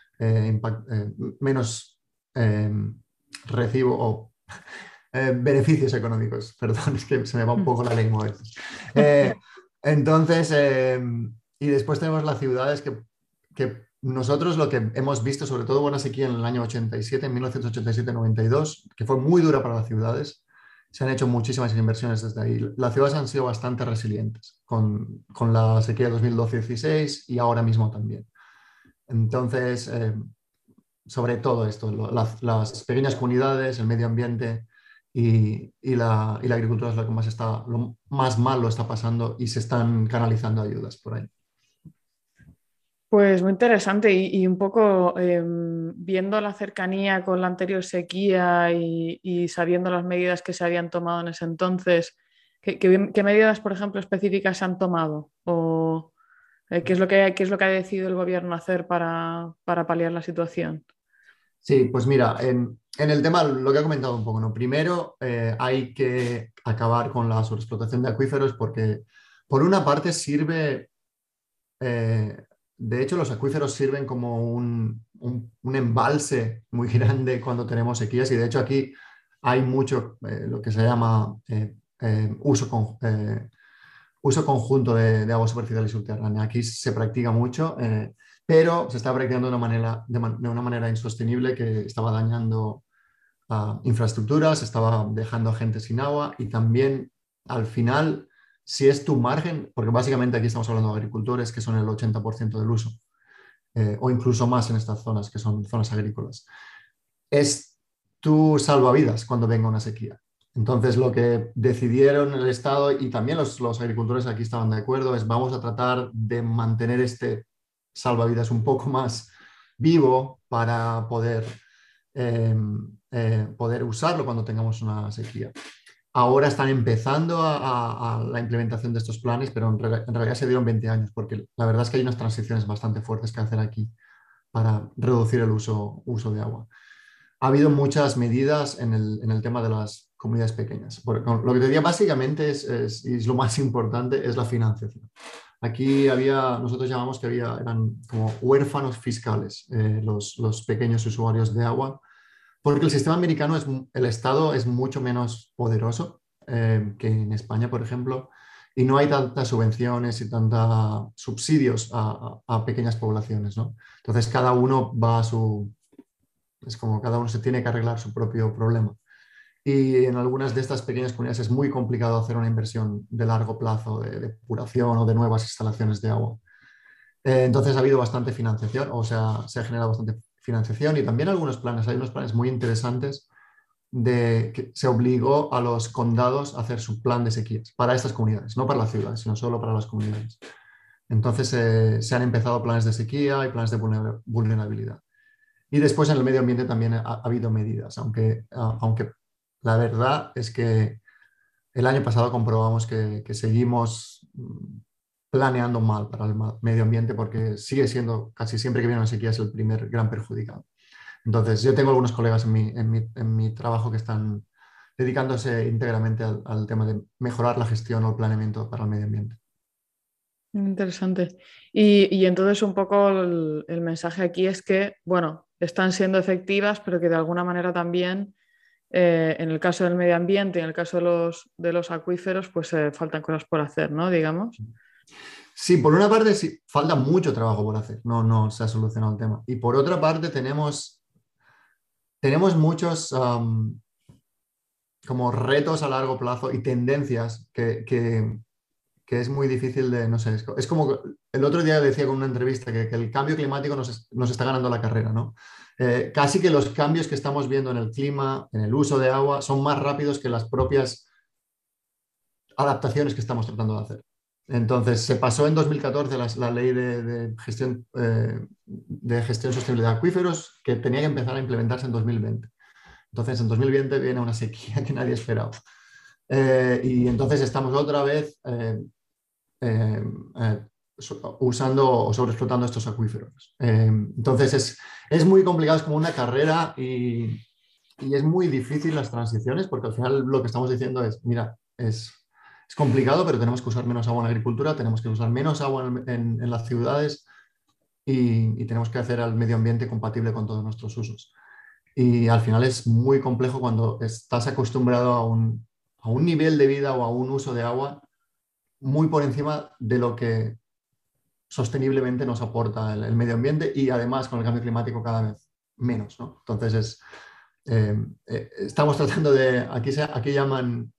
recibo o beneficios económicos. Perdón, es que se me va un poco la lengua a veces. Entonces, y después tenemos las ciudades que nosotros lo que hemos visto, sobre todo buena sequía en el año 87, en 1987-92, que fue muy dura para las ciudades. Se han hecho muchísimas inversiones desde ahí. Las ciudades han sido bastante resilientes con la sequía de 2012-16 y ahora mismo también. Entonces, sobre todo esto, las pequeñas comunidades, el medio ambiente y la agricultura es lo que más mal lo está pasando y se están canalizando ayudas por ahí. Pues muy interesante y un poco viendo la cercanía con la anterior sequía y sabiendo las medidas que se habían tomado en ese entonces, ¿qué medidas, por ejemplo, específicas se han tomado? ¿O qué es lo que ha decidido el gobierno hacer para paliar la situación? Sí, pues mira, en el tema, lo que he comentado un poco, ¿no? Primero, hay que acabar con la sobreexplotación de acuíferos porque, por una parte, sirve... de hecho, los acuíferos sirven como un embalse muy grande cuando tenemos sequías y de hecho aquí hay mucho lo que se llama uso conjunto de agua superficial y subterránea. Aquí se practica mucho, pero se está practicando de una manera insostenible que estaba dañando infraestructuras, estaba dejando a gente sin agua y también al final, si es tu margen, porque básicamente aquí estamos hablando de agricultores que son el 80% del uso, o incluso más en estas zonas que son zonas agrícolas, es tu salvavidas cuando venga una sequía. Entonces, lo que decidieron el Estado y también los agricultores aquí estaban de acuerdo es vamos a tratar de mantener este salvavidas un poco más vivo para poder usarlo cuando tengamos una sequía. Ahora están empezando a la implementación de estos planes, pero en realidad se dieron 20 años, porque la verdad es que hay unas transiciones bastante fuertes que hacer aquí para reducir el uso de agua. Ha habido muchas medidas en el tema de las comunidades pequeñas. Lo que te diría básicamente es lo más importante, es la financiación. Aquí nosotros llamamos que eran como huérfanos fiscales, los pequeños usuarios de agua, porque el sistema americano, el Estado es mucho menos poderoso que en España, por ejemplo, y no hay tantas subvenciones y tantos subsidios a pequeñas poblaciones, ¿no? Entonces, cada uno es como cada uno se tiene que arreglar su propio problema. y en algunas de estas pequeñas comunidades es muy complicado hacer una inversión de largo plazo de depuración o de nuevas instalaciones de agua. Entonces ha habido bastante financiación, o sea, se ha generado bastante financiación y también algunos planes. Hay unos planes muy interesantes de que se obligó a los condados a hacer su plan de sequías para estas comunidades, no para las ciudades, sino solo para las comunidades. Entonces se han empezado planes de sequía y planes de vulnerabilidad. Y después en el medio ambiente también ha habido medidas, aunque la verdad es que el año pasado comprobamos que seguimos planeando mal para el medio ambiente porque sigue siendo, casi siempre que viene una sequía, es el primer gran perjudicado. Entonces, yo tengo algunos colegas en mi trabajo que están dedicándose íntegramente al tema de mejorar la gestión o el planeamiento para el medio ambiente. Interesante. Y entonces un poco el mensaje aquí es que, bueno, están siendo efectivas, pero que de alguna manera también, en el caso del medio ambiente y en el caso de los acuíferos, pues faltan cosas por hacer, ¿no? Digamos. Sí, por una parte sí, falta mucho trabajo por hacer, no se ha solucionado el tema. Y por otra parte tenemos muchos como retos a largo plazo y tendencias que es muy difícil de, no sé, es como el otro día decía con una entrevista que el cambio climático nos está ganando la carrera, ¿no? Casi que los cambios que estamos viendo en el clima, en el uso de agua, son más rápidos que las propias adaptaciones que estamos tratando de hacer. Entonces, se pasó en 2014 la ley de gestión sostenible de acuíferos que tenía que empezar a implementarse en 2020. Entonces, en 2020 viene una sequía que nadie esperaba. Y entonces estamos otra vez usando o sobreexplotando estos acuíferos. Entonces, es muy complicado, es como una carrera y es muy difícil las transiciones porque al final lo que estamos diciendo es, mira, es complicado, pero tenemos que usar menos agua en la agricultura, tenemos que usar menos agua en las ciudades y tenemos que hacer al medio ambiente compatible con todos nuestros usos. Y al final es muy complejo cuando estás acostumbrado a un nivel de vida o a un uso de agua muy por encima de lo que sosteniblemente nos aporta el medio ambiente y además con el cambio climático cada vez menos, ¿no? Entonces estamos tratando de, aquí llaman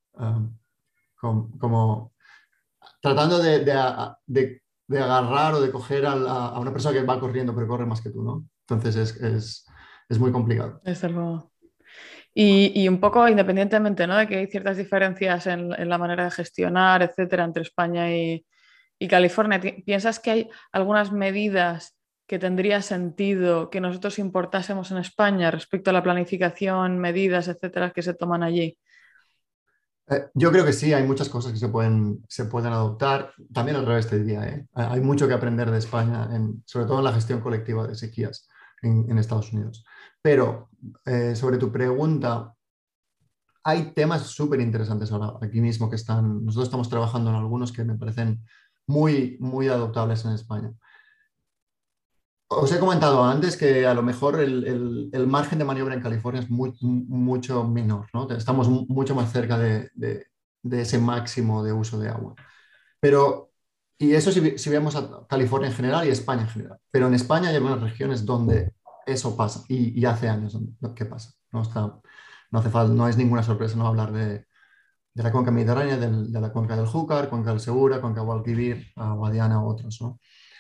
como tratando de agarrar o de coger a una persona que va corriendo pero corre más que tú, ¿no? Entonces es muy complicado. Desde luego. Y un poco independientemente, ¿no? De que hay ciertas diferencias en la manera de gestionar, etcétera, entre España y California, ¿piensas que hay algunas medidas que tendría sentido que nosotros importásemos en España respecto a la planificación, medidas, etcétera, que se toman allí? Yo creo que sí, hay muchas cosas que se pueden adoptar. También al revés te diría, ¿eh? Hay mucho que aprender de España, sobre todo en la gestión colectiva de sequías en Estados Unidos. Pero sobre tu pregunta, hay temas súper interesantes ahora aquí mismo nosotros estamos trabajando en algunos que me parecen muy, muy adoptables en España. Os he comentado antes que a lo mejor el margen de maniobra en California es mucho menor, ¿no? Estamos mucho más cerca de ese máximo de uso de agua. Y eso si vemos a California en general y España en general. Pero en España hay algunas regiones donde eso pasa y hace años que pasa. No hace falta, no es ninguna sorpresa no hablar de la cuenca mediterránea, de la cuenca del Júcar, cuenca del Segura, cuenca Guadalquivir, Guadiana u otros, ¿no?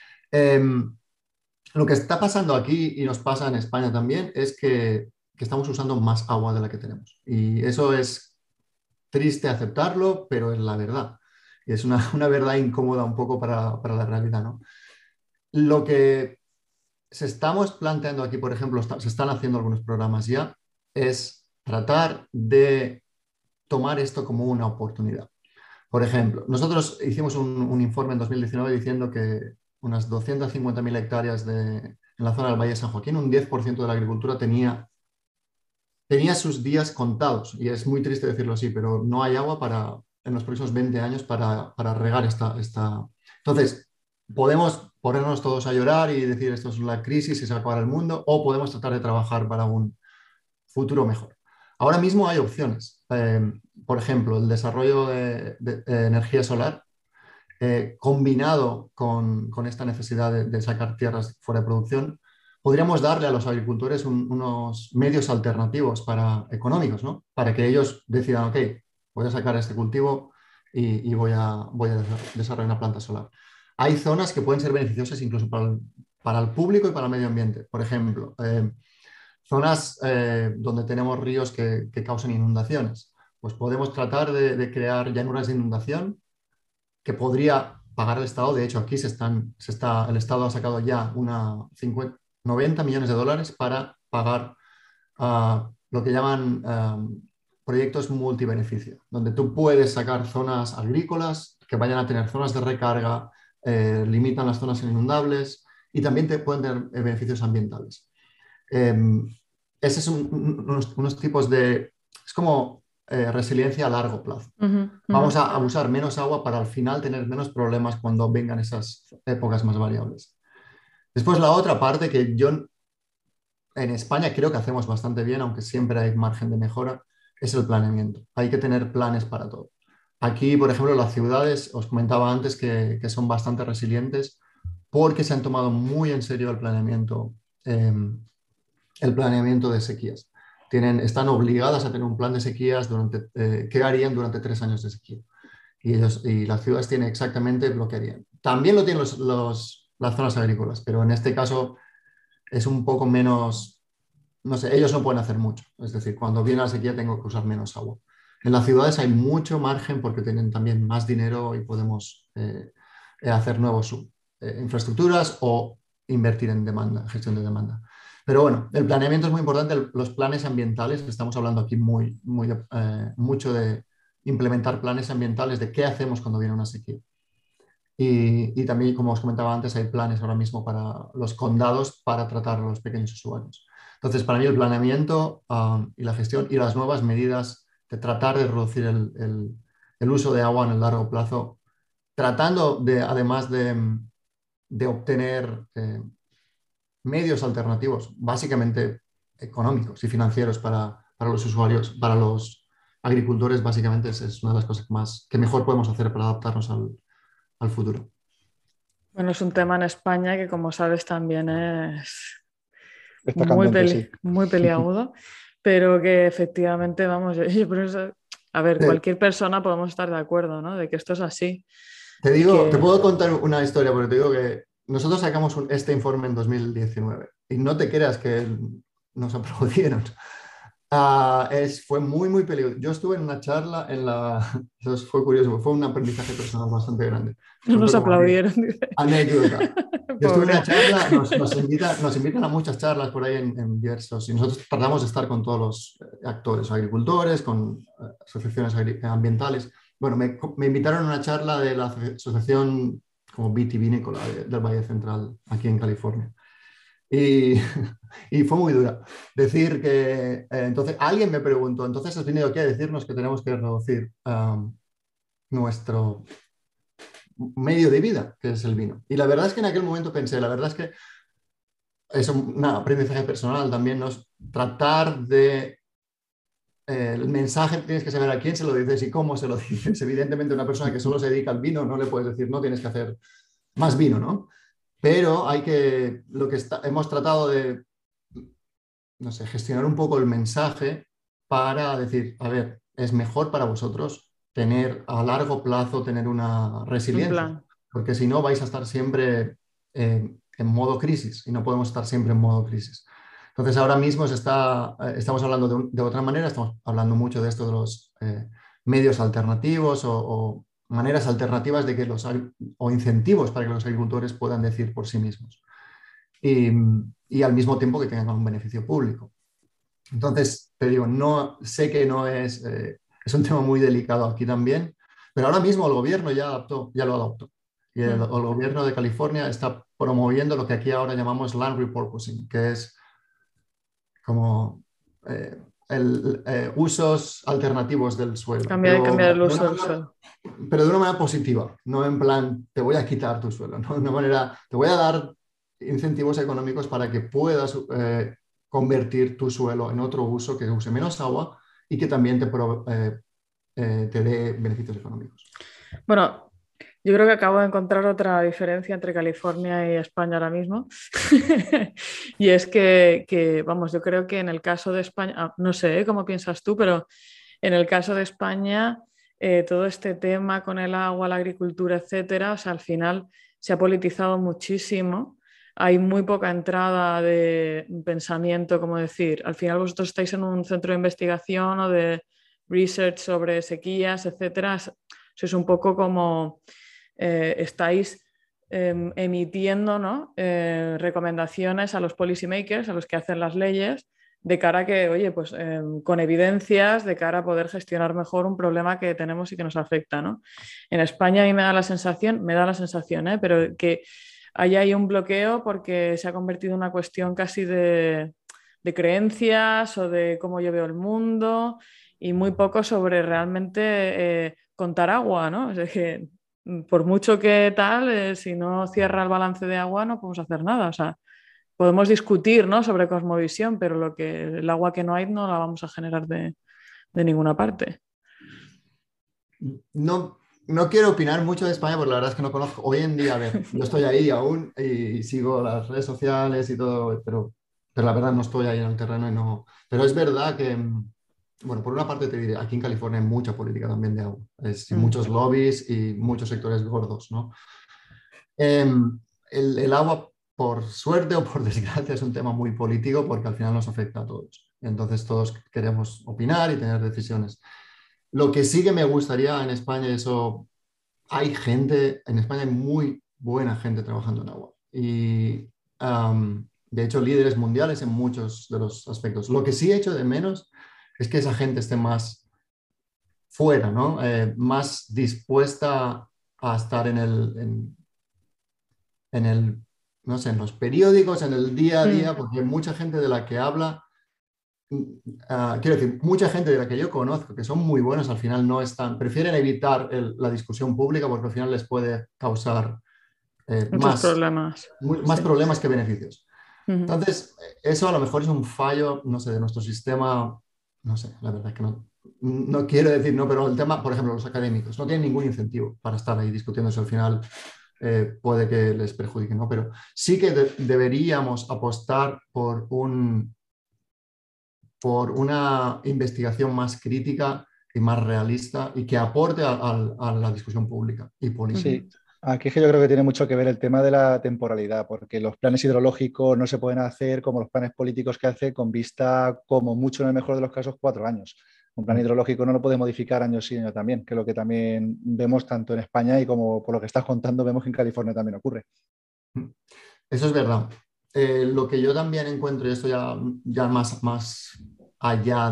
Lo que está pasando aquí y nos pasa en España también es que estamos usando más agua de la que tenemos. Y eso es triste aceptarlo, pero es la verdad. Y es una verdad incómoda un poco para la realidad, ¿no? Lo que se estamos planteando aquí, por ejemplo, se están haciendo algunos programas ya, es tratar de tomar esto como una oportunidad. Por ejemplo, nosotros hicimos un informe en 2019 diciendo que unas 250.000 hectáreas en la zona del Valle de San Joaquín, un 10% de la agricultura tenía sus días contados. Y es muy triste decirlo así, pero no hay agua en los próximos 20 años para regar esta. Entonces, podemos ponernos todos a llorar y decir esto es la crisis y se va a acabar el mundo, o podemos tratar de trabajar para un futuro mejor. Ahora mismo hay opciones. Por ejemplo, el desarrollo de energía solar combinado con esta necesidad de sacar tierras fuera de producción podríamos darle a los agricultores unos medios alternativos económicos, ¿no? Para que ellos decidan, ok, voy a sacar este cultivo y voy a desarrollar una planta solar. Hay zonas que pueden ser beneficiosas incluso para el público y para el medio ambiente. Por ejemplo, zonas donde tenemos ríos que causan inundaciones. Pues podemos tratar de crear llanuras de inundación que podría pagar el Estado. De hecho, aquí el Estado ha sacado ya 90 millones de dólares para pagar lo que llaman proyectos multibeneficio, donde tú puedes sacar zonas agrícolas que vayan a tener zonas de recarga, limitan las zonas inundables y también te pueden tener beneficios ambientales. Ese es unos tipos de... Es como resiliencia a largo plazo. Vamos a usar menos agua para al final tener menos problemas cuando vengan esas épocas más variables. Después la otra parte que yo en España creo que hacemos bastante bien, aunque siempre hay margen de mejora, es el planeamiento. Hay que tener planes para todo. Aquí, por ejemplo, las ciudades, os comentaba antes que son bastante resilientes porque se han tomado muy en serio el planeamiento de sequías. Están obligadas a tener un plan de sequías que harían durante 3 años de sequía. Y las ciudades tienen exactamente lo que harían. También lo tienen las zonas agrícolas, pero en este caso es un poco menos, no sé, ellos no pueden hacer mucho. Es decir, cuando viene la sequía tengo que usar menos agua. En las ciudades hay mucho margen porque tienen también más dinero y podemos hacer nuevas infraestructuras o invertir en gestión de demanda. Pero bueno, el planeamiento es muy importante. Los planes ambientales, estamos hablando aquí mucho de implementar planes ambientales, de qué hacemos cuando viene una sequía. Y también, como os comentaba antes, hay planes ahora mismo para los condados para tratar a los pequeños usuarios. Entonces, para mí el planeamiento y la gestión y las nuevas medidas de tratar de reducir el uso de agua en el largo plazo, tratando además de obtener medios alternativos, básicamente económicos y financieros para los usuarios, para los agricultores, básicamente es una de las cosas que mejor podemos hacer para adaptarnos al futuro. Bueno, es un tema en España que, como sabes, también es Está candente, sí. muy peliagudo, pero que efectivamente, vamos, yo por eso, a ver, cualquier persona podemos estar de acuerdo, ¿no? De que esto es así. Te puedo contar una historia, porque te digo que nosotros sacamos este informe en 2019 y no te creas que nos aplaudieron. Fue muy peligroso. Yo estuve en una charla eso fue curioso, fue un aprendizaje personal bastante grande. No nos aplaudieron. Anécdota. Yo estuve en una charla, nos invitan a muchas charlas por ahí en diversos, y nosotros tratamos de estar con todos los actores, agricultores, con asociaciones ambientales. Bueno, me invitaron a una charla de la asociación como vitivinícola del Valle Central, aquí en California. Y fue muy dura. Decir que, entonces, alguien me preguntó, entonces has venido aquí a decirnos que tenemos que reducir nuestro medio de vida, que es el vino. Y la verdad es que en aquel momento pensé, la verdad es que es un aprendizaje personal también, ¿no? Tratar de... el mensaje tienes que saber a quién se lo dices y cómo se lo dices. Evidentemente, una persona que solo se dedica al vino no le puedes decir, no tienes que hacer más vino, ¿no? Pero hemos tratado de, no sé, gestionar un poco el mensaje para decir, a ver, es mejor para vosotros tener a largo plazo, tener una resiliencia, porque si no vais a estar siempre en modo crisis y no podemos estar siempre en modo crisis. Entonces ahora mismo estamos hablando de otra manera, estamos hablando mucho de esto de los medios alternativos o maneras alternativas o incentivos para que los agricultores puedan decir por sí mismos y al mismo tiempo que tengan un beneficio público. Entonces, te digo, sé que no es un tema muy delicado aquí también, pero ahora mismo el gobierno ya lo adoptó. Y el gobierno de California está promoviendo lo que aquí ahora llamamos land repurposing, que es como usos alternativos del suelo. Cambiar el uso del suelo. Pero de una manera positiva, no en plan, te voy a quitar tu suelo, ¿no? De una manera, te voy a dar incentivos económicos para que puedas convertir tu suelo en otro uso que use menos agua y que también te dé beneficios económicos. Bueno, Yo creo que acabo de encontrar otra diferencia entre California y España ahora mismo. Y es vamos, yo creo que en el caso de España, no sé, cómo piensas tú, pero en el caso de España, todo este tema con el agua, la agricultura, etcétera, o sea, al final se ha politizado muchísimo. Hay muy poca entrada de pensamiento, como decir, al final vosotros estáis en un centro de investigación o de research sobre sequías, etcétera. Sois un poco como estáis emitiendo, ¿no? Recomendaciones a los policymakers, a los que hacen las leyes, de cara a que, oye, pues con evidencias, de cara a poder gestionar mejor un problema que tenemos y que nos afecta, ¿no? En España a mí me da la sensación, pero que hay ahí un bloqueo porque se ha convertido en una cuestión casi de creencias o de cómo yo veo el mundo y muy poco sobre realmente contar agua, ¿no? Es que por mucho que tal, si no cierra el balance de agua no podemos hacer nada. O sea, podemos discutir, ¿no?, sobre cosmovisión, pero el agua que no hay no la vamos a generar de ninguna parte. No, no quiero opinar mucho de España porque la verdad es que no conozco. Hoy en día, a ver, yo estoy ahí aún y sigo las redes sociales y todo, pero la verdad no estoy ahí en el terreno y no. Pero es verdad que, bueno, por una parte te diré, aquí en California hay mucha política también de agua, y muchos lobbies y muchos sectores gordos, ¿no? El agua, por suerte o por desgracia, es un tema muy político porque al final nos afecta a todos. Entonces todos queremos opinar y tener decisiones. Lo que sí que me gustaría en España, eso, hay gente, en España hay muy buena gente trabajando en agua y de hecho líderes mundiales en muchos de los aspectos. Lo que sí he hecho de menos es que esa gente esté más fuera, ¿no? Más dispuesta a estar en el, no sé, en los periódicos, en el día a día, porque mucha gente de la que habla, quiero decir, mucha gente de la que yo conozco, que son muy buenos, al final no están, prefieren evitar la discusión pública porque al final les puede causar Muchos problemas. más Sí. problemas que beneficios. Entonces, eso a lo mejor es un fallo, no sé, de nuestro sistema, no sé, la verdad es que no quiero decir, no, pero el tema, por ejemplo, los académicos no tienen ningún incentivo para estar ahí discutiendo eso al final. Puede que les perjudique, ¿no? Pero sí que deberíamos apostar por una investigación más crítica y más realista y que aporte a la discusión pública y política. Sí, aquí es que yo creo que tiene mucho que ver el tema de la temporalidad, porque los planes hidrológicos no se pueden hacer como los planes políticos que hace con vista, como mucho en el mejor de los casos, 4 años. Un plan hidrológico no lo puede modificar año sí, año también, que es lo que también vemos tanto en España y como por lo que estás contando vemos que en California también ocurre. Eso es verdad. Lo que yo también encuentro, y esto ya más allá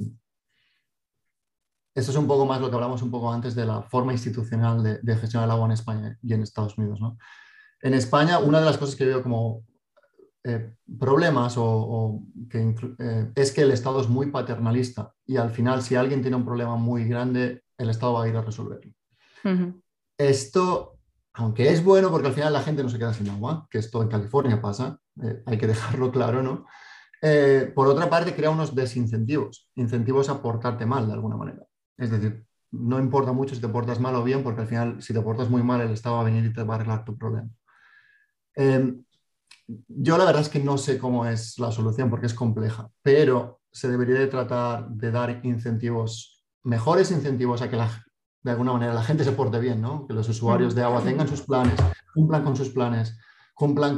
esto es un poco más lo que hablamos un poco antes de la forma institucional de gestionar el agua en España y en Estados Unidos, ¿no? En España, una de las cosas que veo como problemas es que el Estado es muy paternalista y al final si alguien tiene un problema muy grande, el Estado va a ir a resolverlo. Esto, aunque es bueno porque al final la gente no se queda sin agua, que esto en California pasa, hay que dejarlo claro, ¿no? Por otra parte, crea unos incentivos a portarte mal de alguna manera. Es decir, no importa mucho si te portas mal o bien, porque al final, si te portas muy mal, el Estado va a venir y te va a arreglar tu problema. Yo la verdad es que no sé cómo es la solución porque es compleja, pero se debería de tratar de dar mejores incentivos a que de alguna manera la gente se porte bien, ¿no? Que los usuarios de agua tengan sus planes, cumplan con sus planes, cumplan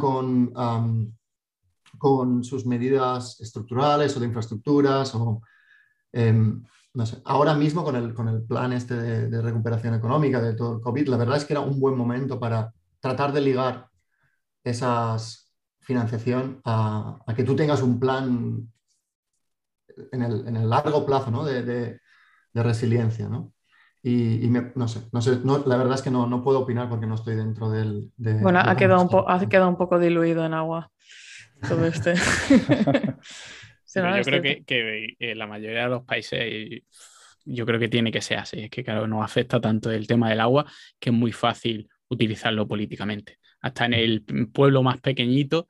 con sus medidas estructurales o de infraestructuras o no sé. Ahora mismo con el plan este de recuperación económica de todo el COVID, la verdad es que era un buen momento para tratar de ligar esas financiación a que tú tengas un plan en el largo plazo, ¿no? de resiliencia, ¿no? No sé, la verdad es que no puedo opinar porque no estoy dentro Bueno, de ha cómo quedado un poco diluido en agua todo este. Pero yo creo que la mayoría de los países, yo creo que tiene que ser así. Es que, claro, nos afecta tanto el tema del agua que es muy fácil utilizarlo políticamente. Hasta en el pueblo más pequeñito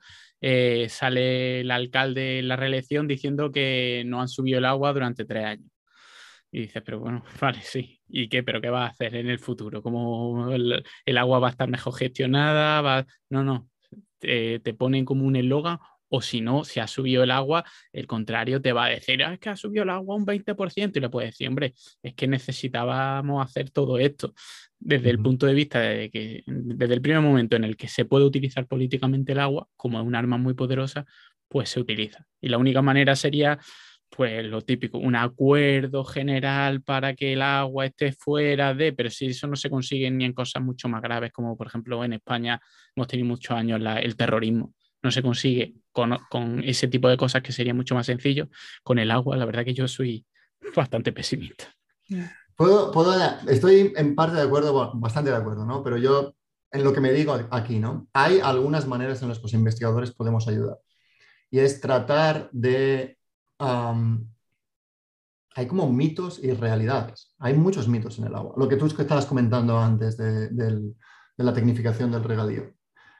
sale el alcalde en la reelección diciendo que no han subido el agua durante 3 años. Y dices, pero bueno, vale, sí. ¿Y qué? ¿Pero qué va a hacer en el futuro? ¿Cómo el agua va a estar mejor gestionada? No, no. Te ponen como un eslogan, o si no, si ha subido el agua, el contrario te va a decir, es que ha subido el agua un 20%, y le puedes decir, hombre, es que necesitábamos hacer todo esto. Desde el punto de vista de que, desde el primer momento en el que se puede utilizar políticamente el agua, como es un arma muy poderosa, pues se utiliza. Y la única manera sería pues lo típico, un acuerdo general para que el agua esté fuera de, pero si eso no se consigue ni en cosas mucho más graves, como por ejemplo en España hemos tenido muchos años el terrorismo, no se consigue con ese tipo de cosas que sería mucho más sencillo, con el agua, la verdad que yo soy bastante pesimista. Estoy en parte de acuerdo, bueno, bastante de acuerdo, ¿no? Pero yo, en lo que me digo aquí, ¿no? Hay algunas maneras en las que los investigadores podemos ayudar. Y es tratar de... hay como mitos y realidades. Hay muchos mitos en el agua. Lo que tú estabas comentando antes de la tecnificación del regadío.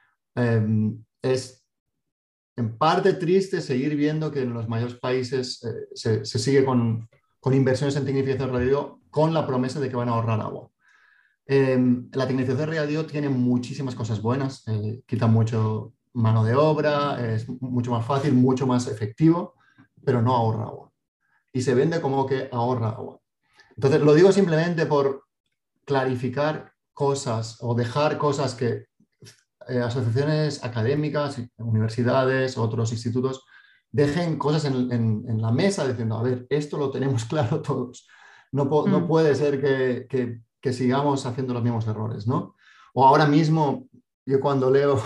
Es en parte triste seguir viendo que en los mayores países se sigue con inversiones en tecnificación del regadío con la promesa de que van a ahorrar agua. La tecnificación del regadío tiene muchísimas cosas buenas. Quita mucho mano de obra, es mucho más fácil, mucho más efectivo, pero no ahorra agua. Y se vende como que ahorra agua. Entonces, lo digo simplemente por clarificar cosas o dejar cosas que asociaciones académicas, universidades, otros institutos, dejen cosas en la mesa diciendo, a ver, esto lo tenemos claro todos. No puede ser que sigamos haciendo los mismos errores, ¿no? O ahora mismo, yo cuando leo,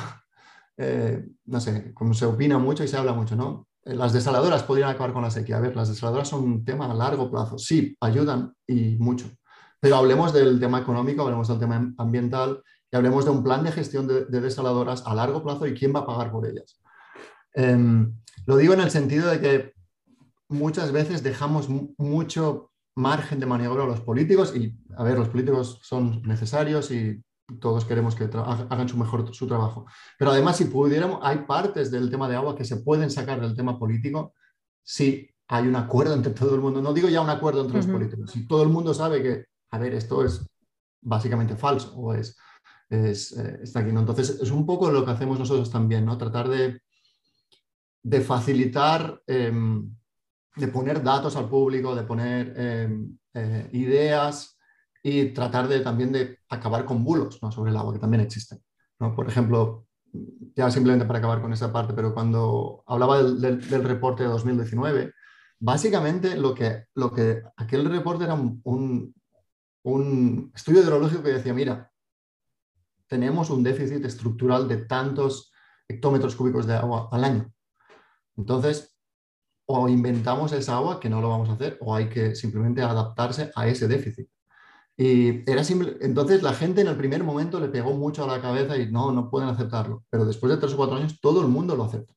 no sé, como se opina mucho y se habla mucho, ¿no? Las desaladoras podrían acabar con la sequía. A ver, las desaladoras son un tema a largo plazo. Sí, ayudan y mucho. Pero hablemos del tema económico, hablemos del tema ambiental y hablemos de un plan de gestión de desaladoras a largo plazo y quién va a pagar por ellas. Lo digo en el sentido de que muchas veces dejamos mucho margen de maniobra a los políticos y, a ver, los políticos son necesarios y todos queremos que hagan su trabajo. Pero además, si pudiéramos, hay partes del tema de agua que se pueden sacar del tema político si hay un acuerdo entre todo el mundo. No digo ya un acuerdo entre los políticos. Si todo el mundo sabe que, a ver, esto es básicamente falso o está aquí, ¿no? Entonces, es un poco lo que hacemos nosotros también, ¿no? Tratar de facilitar, de poner datos al público, de poner ideas y tratar también de acabar con bulos, ¿no? Sobre el agua, que también existen, ¿no? Por ejemplo, ya simplemente para acabar con esa parte, pero cuando hablaba del reporte de 2019, básicamente lo que aquel reporte era un estudio hidrológico que decía, mira, tenemos un déficit estructural de tantos hectómetros cúbicos de agua al año. Entonces, o inventamos esa agua, que no lo vamos a hacer, o hay que simplemente adaptarse a ese déficit. Y era simple. Entonces la gente en el primer momento le pegó mucho a la cabeza y no pueden aceptarlo. Pero después de 3 o 4 años todo el mundo lo acepta.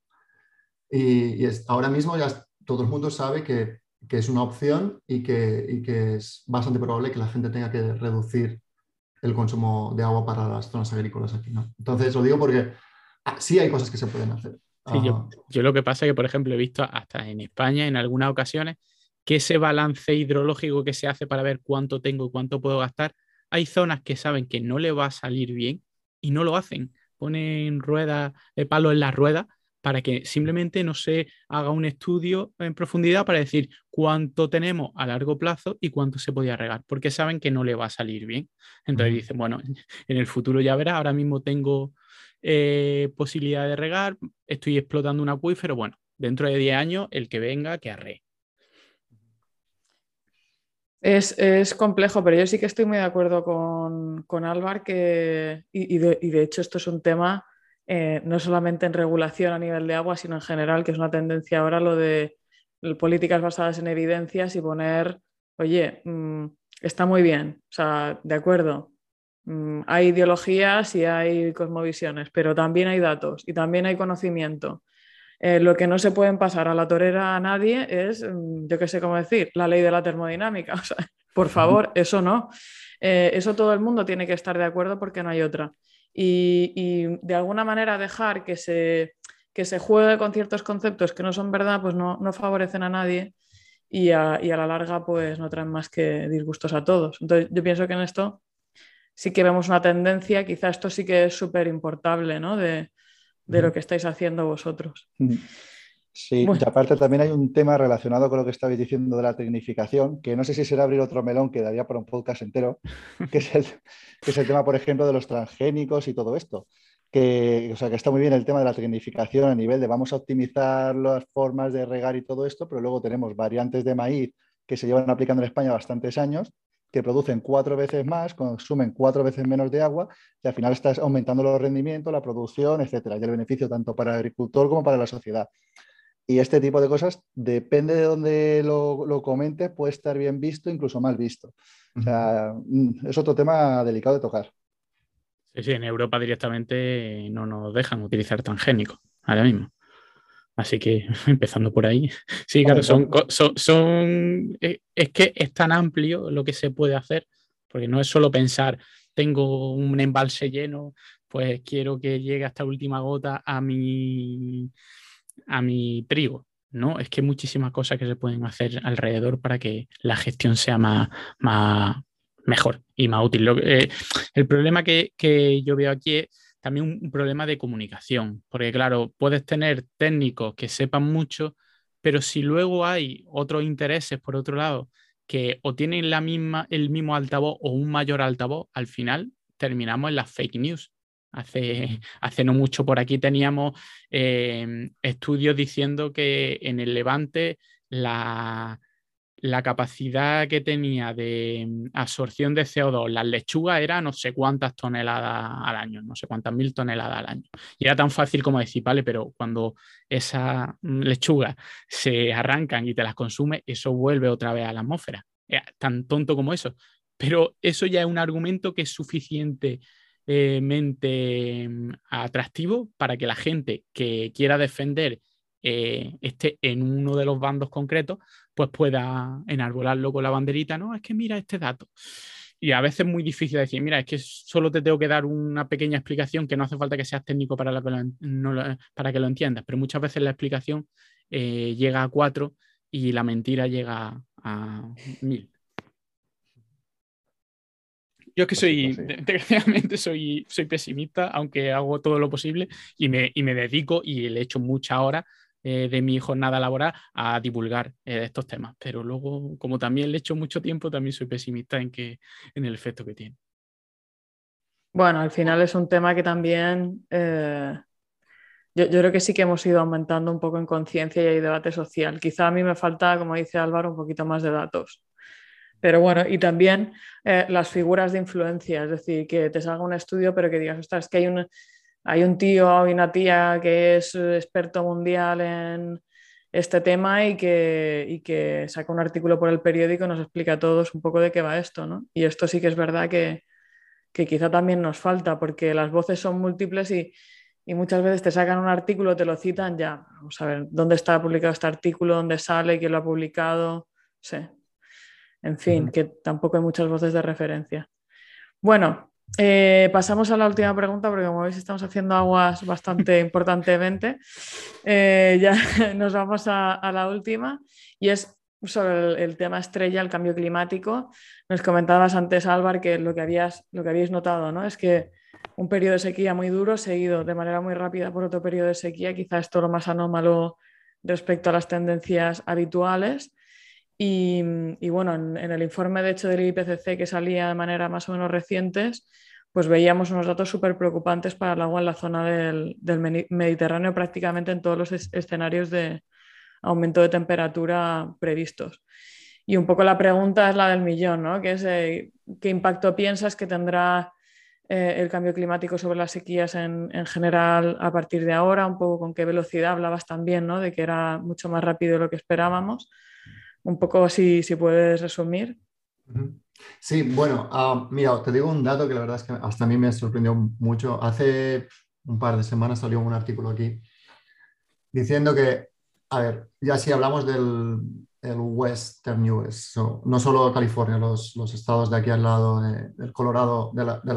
Y ahora mismo ya todo el mundo sabe que es una opción y que es bastante probable que la gente tenga que reducir el consumo de agua para las zonas agrícolas aquí, ¿no? Entonces lo digo porque sí hay cosas que se pueden hacer. Sí, yo lo que pasa es que, por ejemplo, he visto hasta en España en algunas ocasiones que ese balance hidrológico que se hace para ver cuánto tengo y cuánto puedo gastar, hay zonas que saben que no le va a salir bien y no lo hacen. Ponen ruedas, palos en las ruedas para que simplemente no se haga un estudio en profundidad para decir cuánto tenemos a largo plazo y cuánto se podía regar, porque saben que no le va a salir bien. Entonces dicen, bueno, en el futuro ya verás, ahora mismo tengo posibilidad de regar, estoy explotando un acuífero, bueno, dentro de 10 años el que venga, que arree. Es complejo, pero yo sí que estoy muy de acuerdo con Álvar y de hecho esto es un tema no solamente en regulación a nivel de agua, sino en general, que es una tendencia ahora lo de políticas basadas en evidencias y poner, oye, está muy bien, o sea, de acuerdo, hay ideologías y hay cosmovisiones, pero también hay datos y también hay conocimiento. Lo que no se pueden pasar a la torera a nadie es, yo qué sé cómo decir, la ley de la termodinámica. O sea, por favor, eso no. Eso todo el mundo tiene que estar de acuerdo porque no hay otra. Y de alguna manera dejar que se juegue con ciertos conceptos que no son verdad, pues no favorecen a nadie. y a la larga pues no traen más que disgustos a todos. Entonces yo pienso que en esto sí que vemos una tendencia, quizá esto sí que es súper importable, ¿no? De lo que estáis haciendo vosotros. Sí, y Bueno, aparte también hay un tema relacionado con lo que estabais diciendo de la tecnificación, que no sé si será abrir otro melón que daría para un podcast entero, que es que es el tema, por ejemplo, de los transgénicos y todo esto. Que, o sea, que está muy bien el tema de la tecnificación a nivel de vamos a optimizar las formas de regar y todo esto, pero luego tenemos variantes de maíz que se llevan aplicando en España bastantes años, que producen 4 veces más, consumen 4 veces menos de agua y al final estás aumentando los rendimientos, la producción, etcétera, y el beneficio tanto para el agricultor como para la sociedad. Y este tipo de cosas, depende de dónde lo comentes, puede estar bien visto, incluso mal visto. O sea, es otro tema delicado de tocar. Sí, sí, en Europa directamente no nos dejan utilizar transgénicos ahora mismo. Así que empezando por ahí. Sí, claro, Hombre, es que es tan amplio lo que se puede hacer, porque no es solo pensar, tengo un embalse lleno, pues quiero que llegue hasta la última gota a mi trigo. No, es que hay muchísimas cosas que se pueden hacer alrededor para que la gestión sea mejor y más útil. El problema que yo veo aquí es también un problema de comunicación, porque claro, puedes tener técnicos que sepan mucho, pero si luego hay otros intereses por otro lado que o tienen el mismo altavoz o un mayor altavoz, al final terminamos en las fake news. Hace no mucho por aquí teníamos estudios diciendo que en el Levante la capacidad que tenía de absorción de CO2 las lechugas era no sé cuántas toneladas al año, no sé cuántas mil toneladas al año. Y era tan fácil como decir, vale, pero cuando esas lechugas se arrancan y te las consumes, eso vuelve otra vez a la atmósfera. Es tan tonto como eso. Pero eso ya es un argumento que es suficientemente atractivo para que la gente que quiera defender esté en uno de los bandos concretos, pues pueda enarbolarlo con la banderita, ¿no? Es que mira este dato. Y a veces es muy difícil decir, mira, es que solo te tengo que dar una pequeña explicación que no hace falta que seas técnico para que lo entiendas, pero muchas veces la explicación llega a 4 y la mentira llega a 1000. Yo es que pues sí, soy, pues sí. desgraciadamente soy pesimista, aunque hago todo lo posible y me dedico y le echo muchas horas de mi jornada laboral a divulgar estos temas. Pero luego, como también le echo mucho tiempo, también soy pesimista en el efecto que tiene. bueno, al final es un tema que también yo creo que sí que hemos ido aumentando un poco en conciencia y hay debate social. Quizá a mí me falta, como dice Álvaro, un poquito más de datos. Pero bueno, y también las figuras de influencia, es decir, que te salga un estudio, pero que digas, ostras, es que hay un tío y una tía que es experto mundial en este tema y que saca un artículo por el periódico y nos explica a todos un poco de qué va esto, ¿no? Y esto sí que es verdad que quizá también nos falta, porque las voces son múltiples y muchas veces te sacan un artículo, te lo citan, ya, vamos a ver, ¿dónde está publicado este artículo? ¿Dónde sale? ¿Quién lo ha publicado? Sí. En fin, que tampoco hay muchas voces de referencia. Bueno, pasamos a la última pregunta porque como veis estamos haciendo aguas bastante importantemente. Ya nos vamos a la última y es sobre el tema estrella, el cambio climático. Nos comentabas antes, Álvaro, que lo que habéis notado, ¿no? Es que un periodo de sequía muy duro seguido de manera muy rápida por otro periodo de sequía, quizás esto es lo más anómalo respecto a las tendencias habituales. Y bueno, en el informe de hecho del IPCC que salía de manera más o menos recientes, pues veíamos unos datos súper preocupantes para el agua en la zona del Mediterráneo prácticamente en todos los escenarios de aumento de temperatura previstos. Y un poco la pregunta es la del millón, ¿no? Que es ¿qué impacto piensas que tendrá el cambio climático sobre las sequías en general a partir de ahora? Un poco con qué velocidad hablabas también, ¿no? De que era mucho más rápido de lo que esperábamos. Un poco si puedes resumir. Sí, bueno, mira, te digo un dato que la verdad es que hasta a mí me sorprendió mucho. Hace un par de semanas salió un artículo aquí diciendo que, a ver, ya si hablamos del el Western US, no solo California, los estados de aquí al lado del Colorado,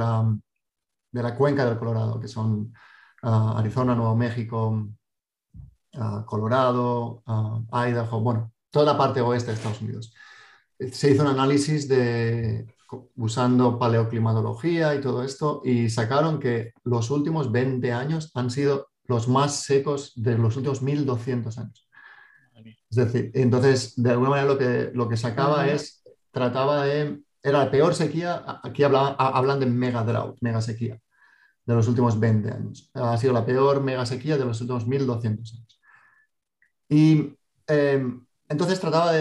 de la cuenca del Colorado, que son Arizona, Nuevo México, Colorado, Idaho, bueno, toda la parte oeste de Estados Unidos. Se hizo un análisis usando paleoclimatología y todo esto y sacaron que los últimos 20 años han sido los más secos de los últimos 1200 años. Es decir, entonces, de alguna manera lo que sacaba era la peor sequía, aquí hablan de mega drought, mega sequía, de los últimos 20 años. Ha sido la peor mega sequía de los últimos 1200 años. Y entonces trataba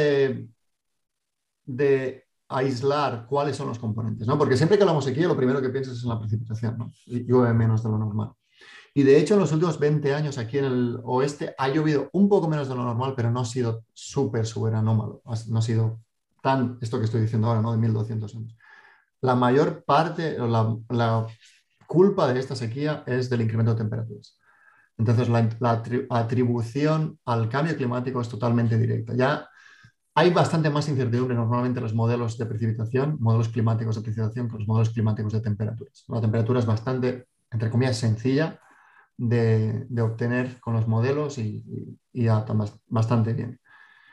de aislar cuáles son los componentes, ¿no? Porque siempre que hablamos de sequía, lo primero que piensas es en la precipitación, ¿no? Y llueve menos de lo normal. Y de hecho, en los últimos 20 años aquí en el oeste ha llovido un poco menos de lo normal, pero no ha sido súper anómalo. No ha sido tan, esto que estoy diciendo ahora, ¿no? De 1200 años. La mayor parte, la culpa de esta sequía es del incremento de temperaturas. Entonces, la atribución al cambio climático es totalmente directa. Ya hay bastante más incertidumbre normalmente en los modelos de precipitación, modelos climáticos de precipitación, que los modelos climáticos de temperaturas. La temperatura es bastante, entre comillas, sencilla de obtener con los modelos y bastante bien.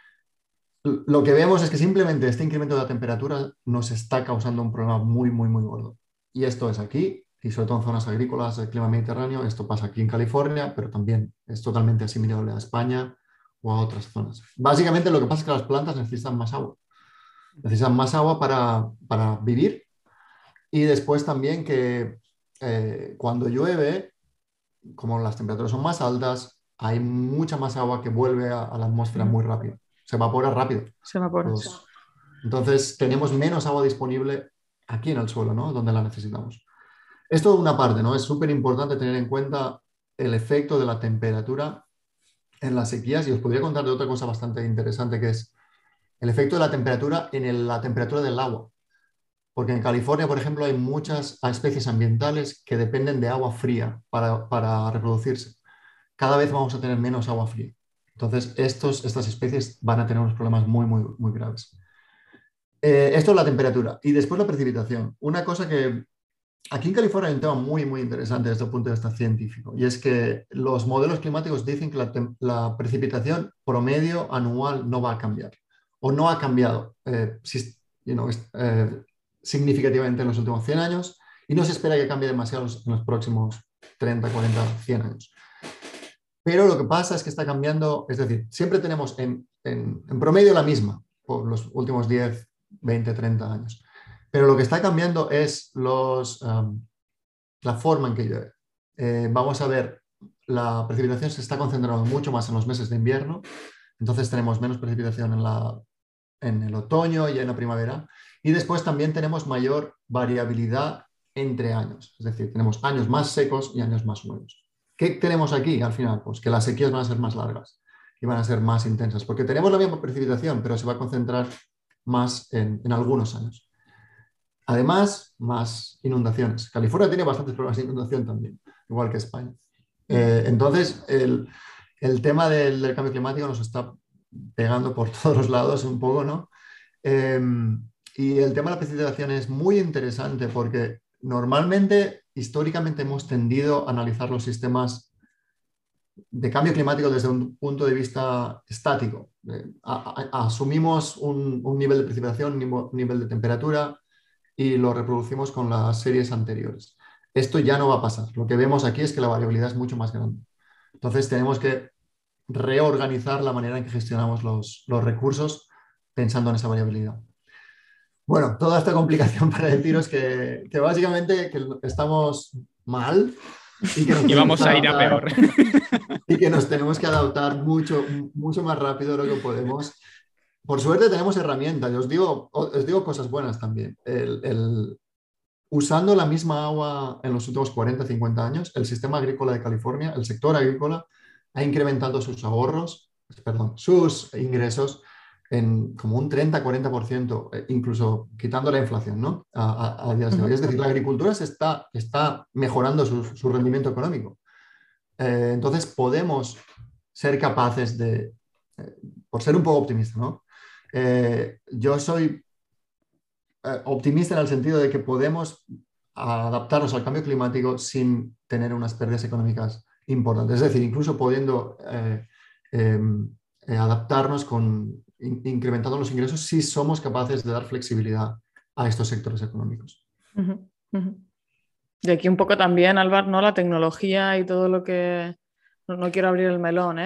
Lo que vemos es que simplemente este incremento de la temperatura nos está causando un problema muy, muy, muy gordo. Y esto es aquí, y sobre todo en zonas agrícolas del clima mediterráneo. Esto pasa aquí en California, pero también es totalmente asimilable a España o a otras zonas. Básicamente lo que pasa es que las plantas necesitan más agua. Necesitan más agua para vivir. Y después también que cuando llueve, como las temperaturas son más altas, hay mucha más agua que vuelve a la atmósfera muy rápido. Se evapora rápido. Se evapora. Entonces tenemos menos agua disponible aquí en el suelo, ¿no? Donde la necesitamos. Esto es una parte, ¿no? Es súper importante tener en cuenta el efecto de la temperatura en las sequías, y os podría contar de otra cosa bastante interesante, que es el efecto de la temperatura en la temperatura del agua. Porque en California, por ejemplo, hay muchas especies ambientales que dependen de agua fría para reproducirse. Cada vez vamos a tener menos agua fría. Entonces, estas especies van a tener unos problemas muy, muy, muy graves. Esto es la temperatura. Y después la precipitación. Una cosa que aquí en California hay un tema muy, muy interesante desde el punto de vista científico, y es que los modelos climáticos dicen que la precipitación promedio anual no va a cambiar, o no ha cambiado significativamente en los últimos 100 años, y no se espera que cambie demasiado en los próximos 30, 40, 100 años. Pero lo que pasa es que está cambiando, es decir, siempre tenemos en promedio la misma por los últimos 10, 20, 30 años. Pero lo que está cambiando es la forma en que llueve. Vamos a ver, la precipitación se está concentrando mucho más en los meses de invierno, entonces tenemos menos precipitación en el otoño y en la primavera, y después también tenemos mayor variabilidad entre años, es decir, tenemos años más secos y años más húmedos. ¿Qué tenemos aquí al final? Pues que las sequías van a ser más largas y van a ser más intensas, porque tenemos la misma precipitación, pero se va a concentrar más en algunos años. Además, más inundaciones. California tiene bastantes problemas de inundación también, igual que España. Entonces, el tema del cambio climático nos está pegando por todos los lados un poco, ¿no? Y el tema de la precipitación es muy interesante porque normalmente, históricamente, hemos tendido a analizar los sistemas de cambio climático desde un punto de vista estático. Asumimos un nivel de precipitación, un nivel de temperatura, y lo reproducimos con las series anteriores. Esto ya no va a pasar. Lo que vemos aquí es que la variabilidad es mucho más grande. Entonces tenemos que reorganizar la manera en que gestionamos los recursos pensando en esa variabilidad. Bueno, toda esta complicación para deciros que básicamente que estamos mal y vamos a ir a peor. Y que nos tenemos que adaptar mucho, mucho más rápido de lo que podemos. Por suerte tenemos herramientas. Os digo cosas buenas también. Usando la misma agua en los últimos 40, 50 años, el sistema agrícola de California, el sector agrícola, ha incrementado sus sus ingresos en como un 30-40%, incluso quitando la inflación, ¿no? A días de hoy. Es decir, la agricultura está mejorando su rendimiento económico. Entonces podemos ser capaces de, por ser un poco optimista, ¿no? Yo soy optimista en el sentido de que podemos adaptarnos al cambio climático sin tener unas pérdidas económicas importantes. Es decir, incluso pudiendo adaptarnos con incrementando los ingresos si somos capaces de dar flexibilidad a estos sectores económicos. Ujú, ujú. Y aquí un poco también, Álvaro, ¿no? La tecnología y todo lo que... No quiero abrir el melón,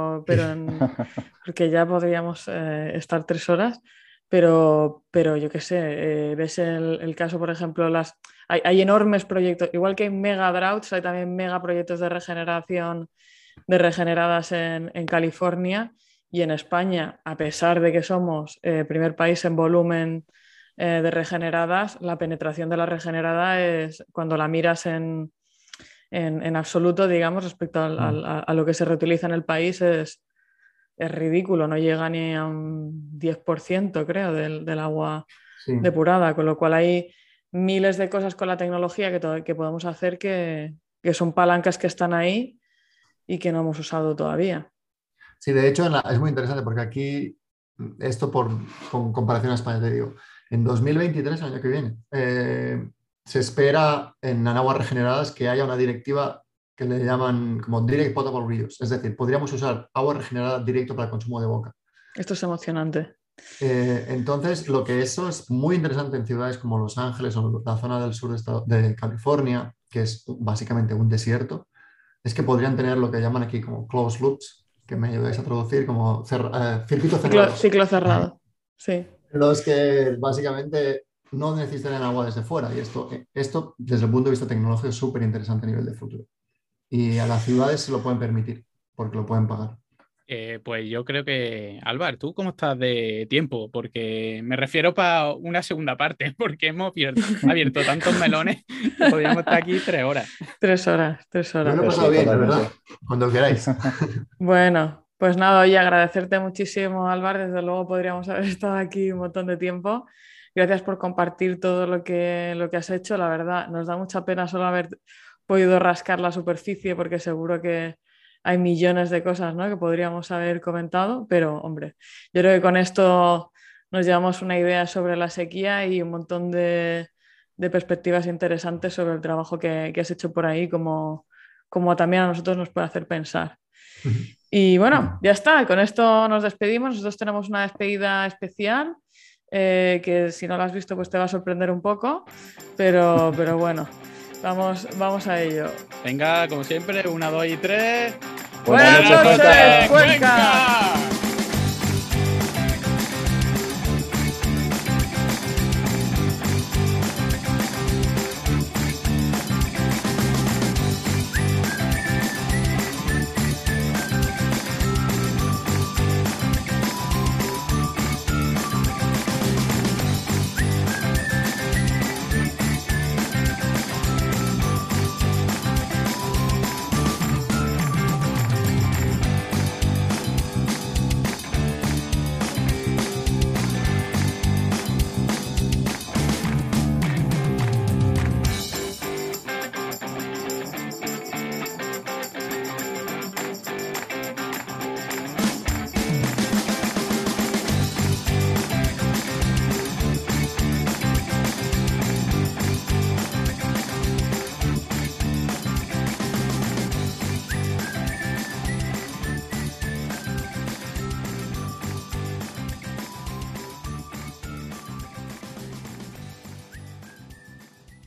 porque ya podríamos estar 3 horas, pero yo qué sé, ves el caso, por ejemplo, hay enormes proyectos, igual que hay mega droughts, hay también mega proyectos de regeneración de regeneradas en California y en España, a pesar de que somos primer país en volumen de regeneradas, la penetración de la regenerada es, cuando la miras en absoluto, digamos, respecto a lo que se reutiliza en el país, es ridículo, no llega ni a un 10%, creo, del agua Sí. depurada, con lo cual hay miles de cosas con la tecnología que podemos hacer que son palancas que están ahí y que no hemos usado todavía. Sí, de hecho es muy interesante porque aquí, esto con comparación a España, te digo, en 2023, el año que viene, se espera en aguas regeneradas que haya una directiva que le llaman como Direct Potable Reuse, es decir, podríamos usar agua regenerada directo para el consumo de boca. Esto es emocionante. Entonces, lo que eso es muy interesante en ciudades como Los Ángeles o la zona del sur de California, que es básicamente un desierto, es que podrían tener lo que llaman aquí como closed loops, que me ayudáis a traducir como circuitos cerrados. Ciclo cerrado, sí. Los que básicamente no necesitan agua desde fuera. Y esto desde el punto de vista tecnológico, es súper interesante a nivel de futuro. Y a las ciudades se lo pueden permitir, porque lo pueden pagar. Pues yo creo que, Álvaro, ¿tú cómo estás de tiempo? Porque me refiero para una segunda parte, porque hemos abierto tantos melones que podríamos estar aquí 3 horas. 3 horas, 3 Yo horas. lo he pasado bien, de verdad. Cuando queráis. Bueno, pues nada, oye, agradecerte muchísimo, Álvaro. Desde luego podríamos haber estado aquí un montón de tiempo. Gracias por compartir todo lo que has hecho. La verdad, nos da mucha pena solo haber podido rascar la superficie porque seguro que hay millones de cosas, ¿no?, que podríamos haber comentado, pero hombre, yo creo que con esto nos llevamos una idea sobre la sequía y un montón de perspectivas interesantes sobre el trabajo que has hecho por ahí, como también a nosotros nos puede hacer pensar. Y bueno, ya está, con esto nos despedimos. Nosotros tenemos una despedida especial que si no la has visto pues te va a sorprender un poco, pero bueno, vamos a ello. Venga, como siempre, 1, 2 y 3. ¡Buenas noches, Cuenca!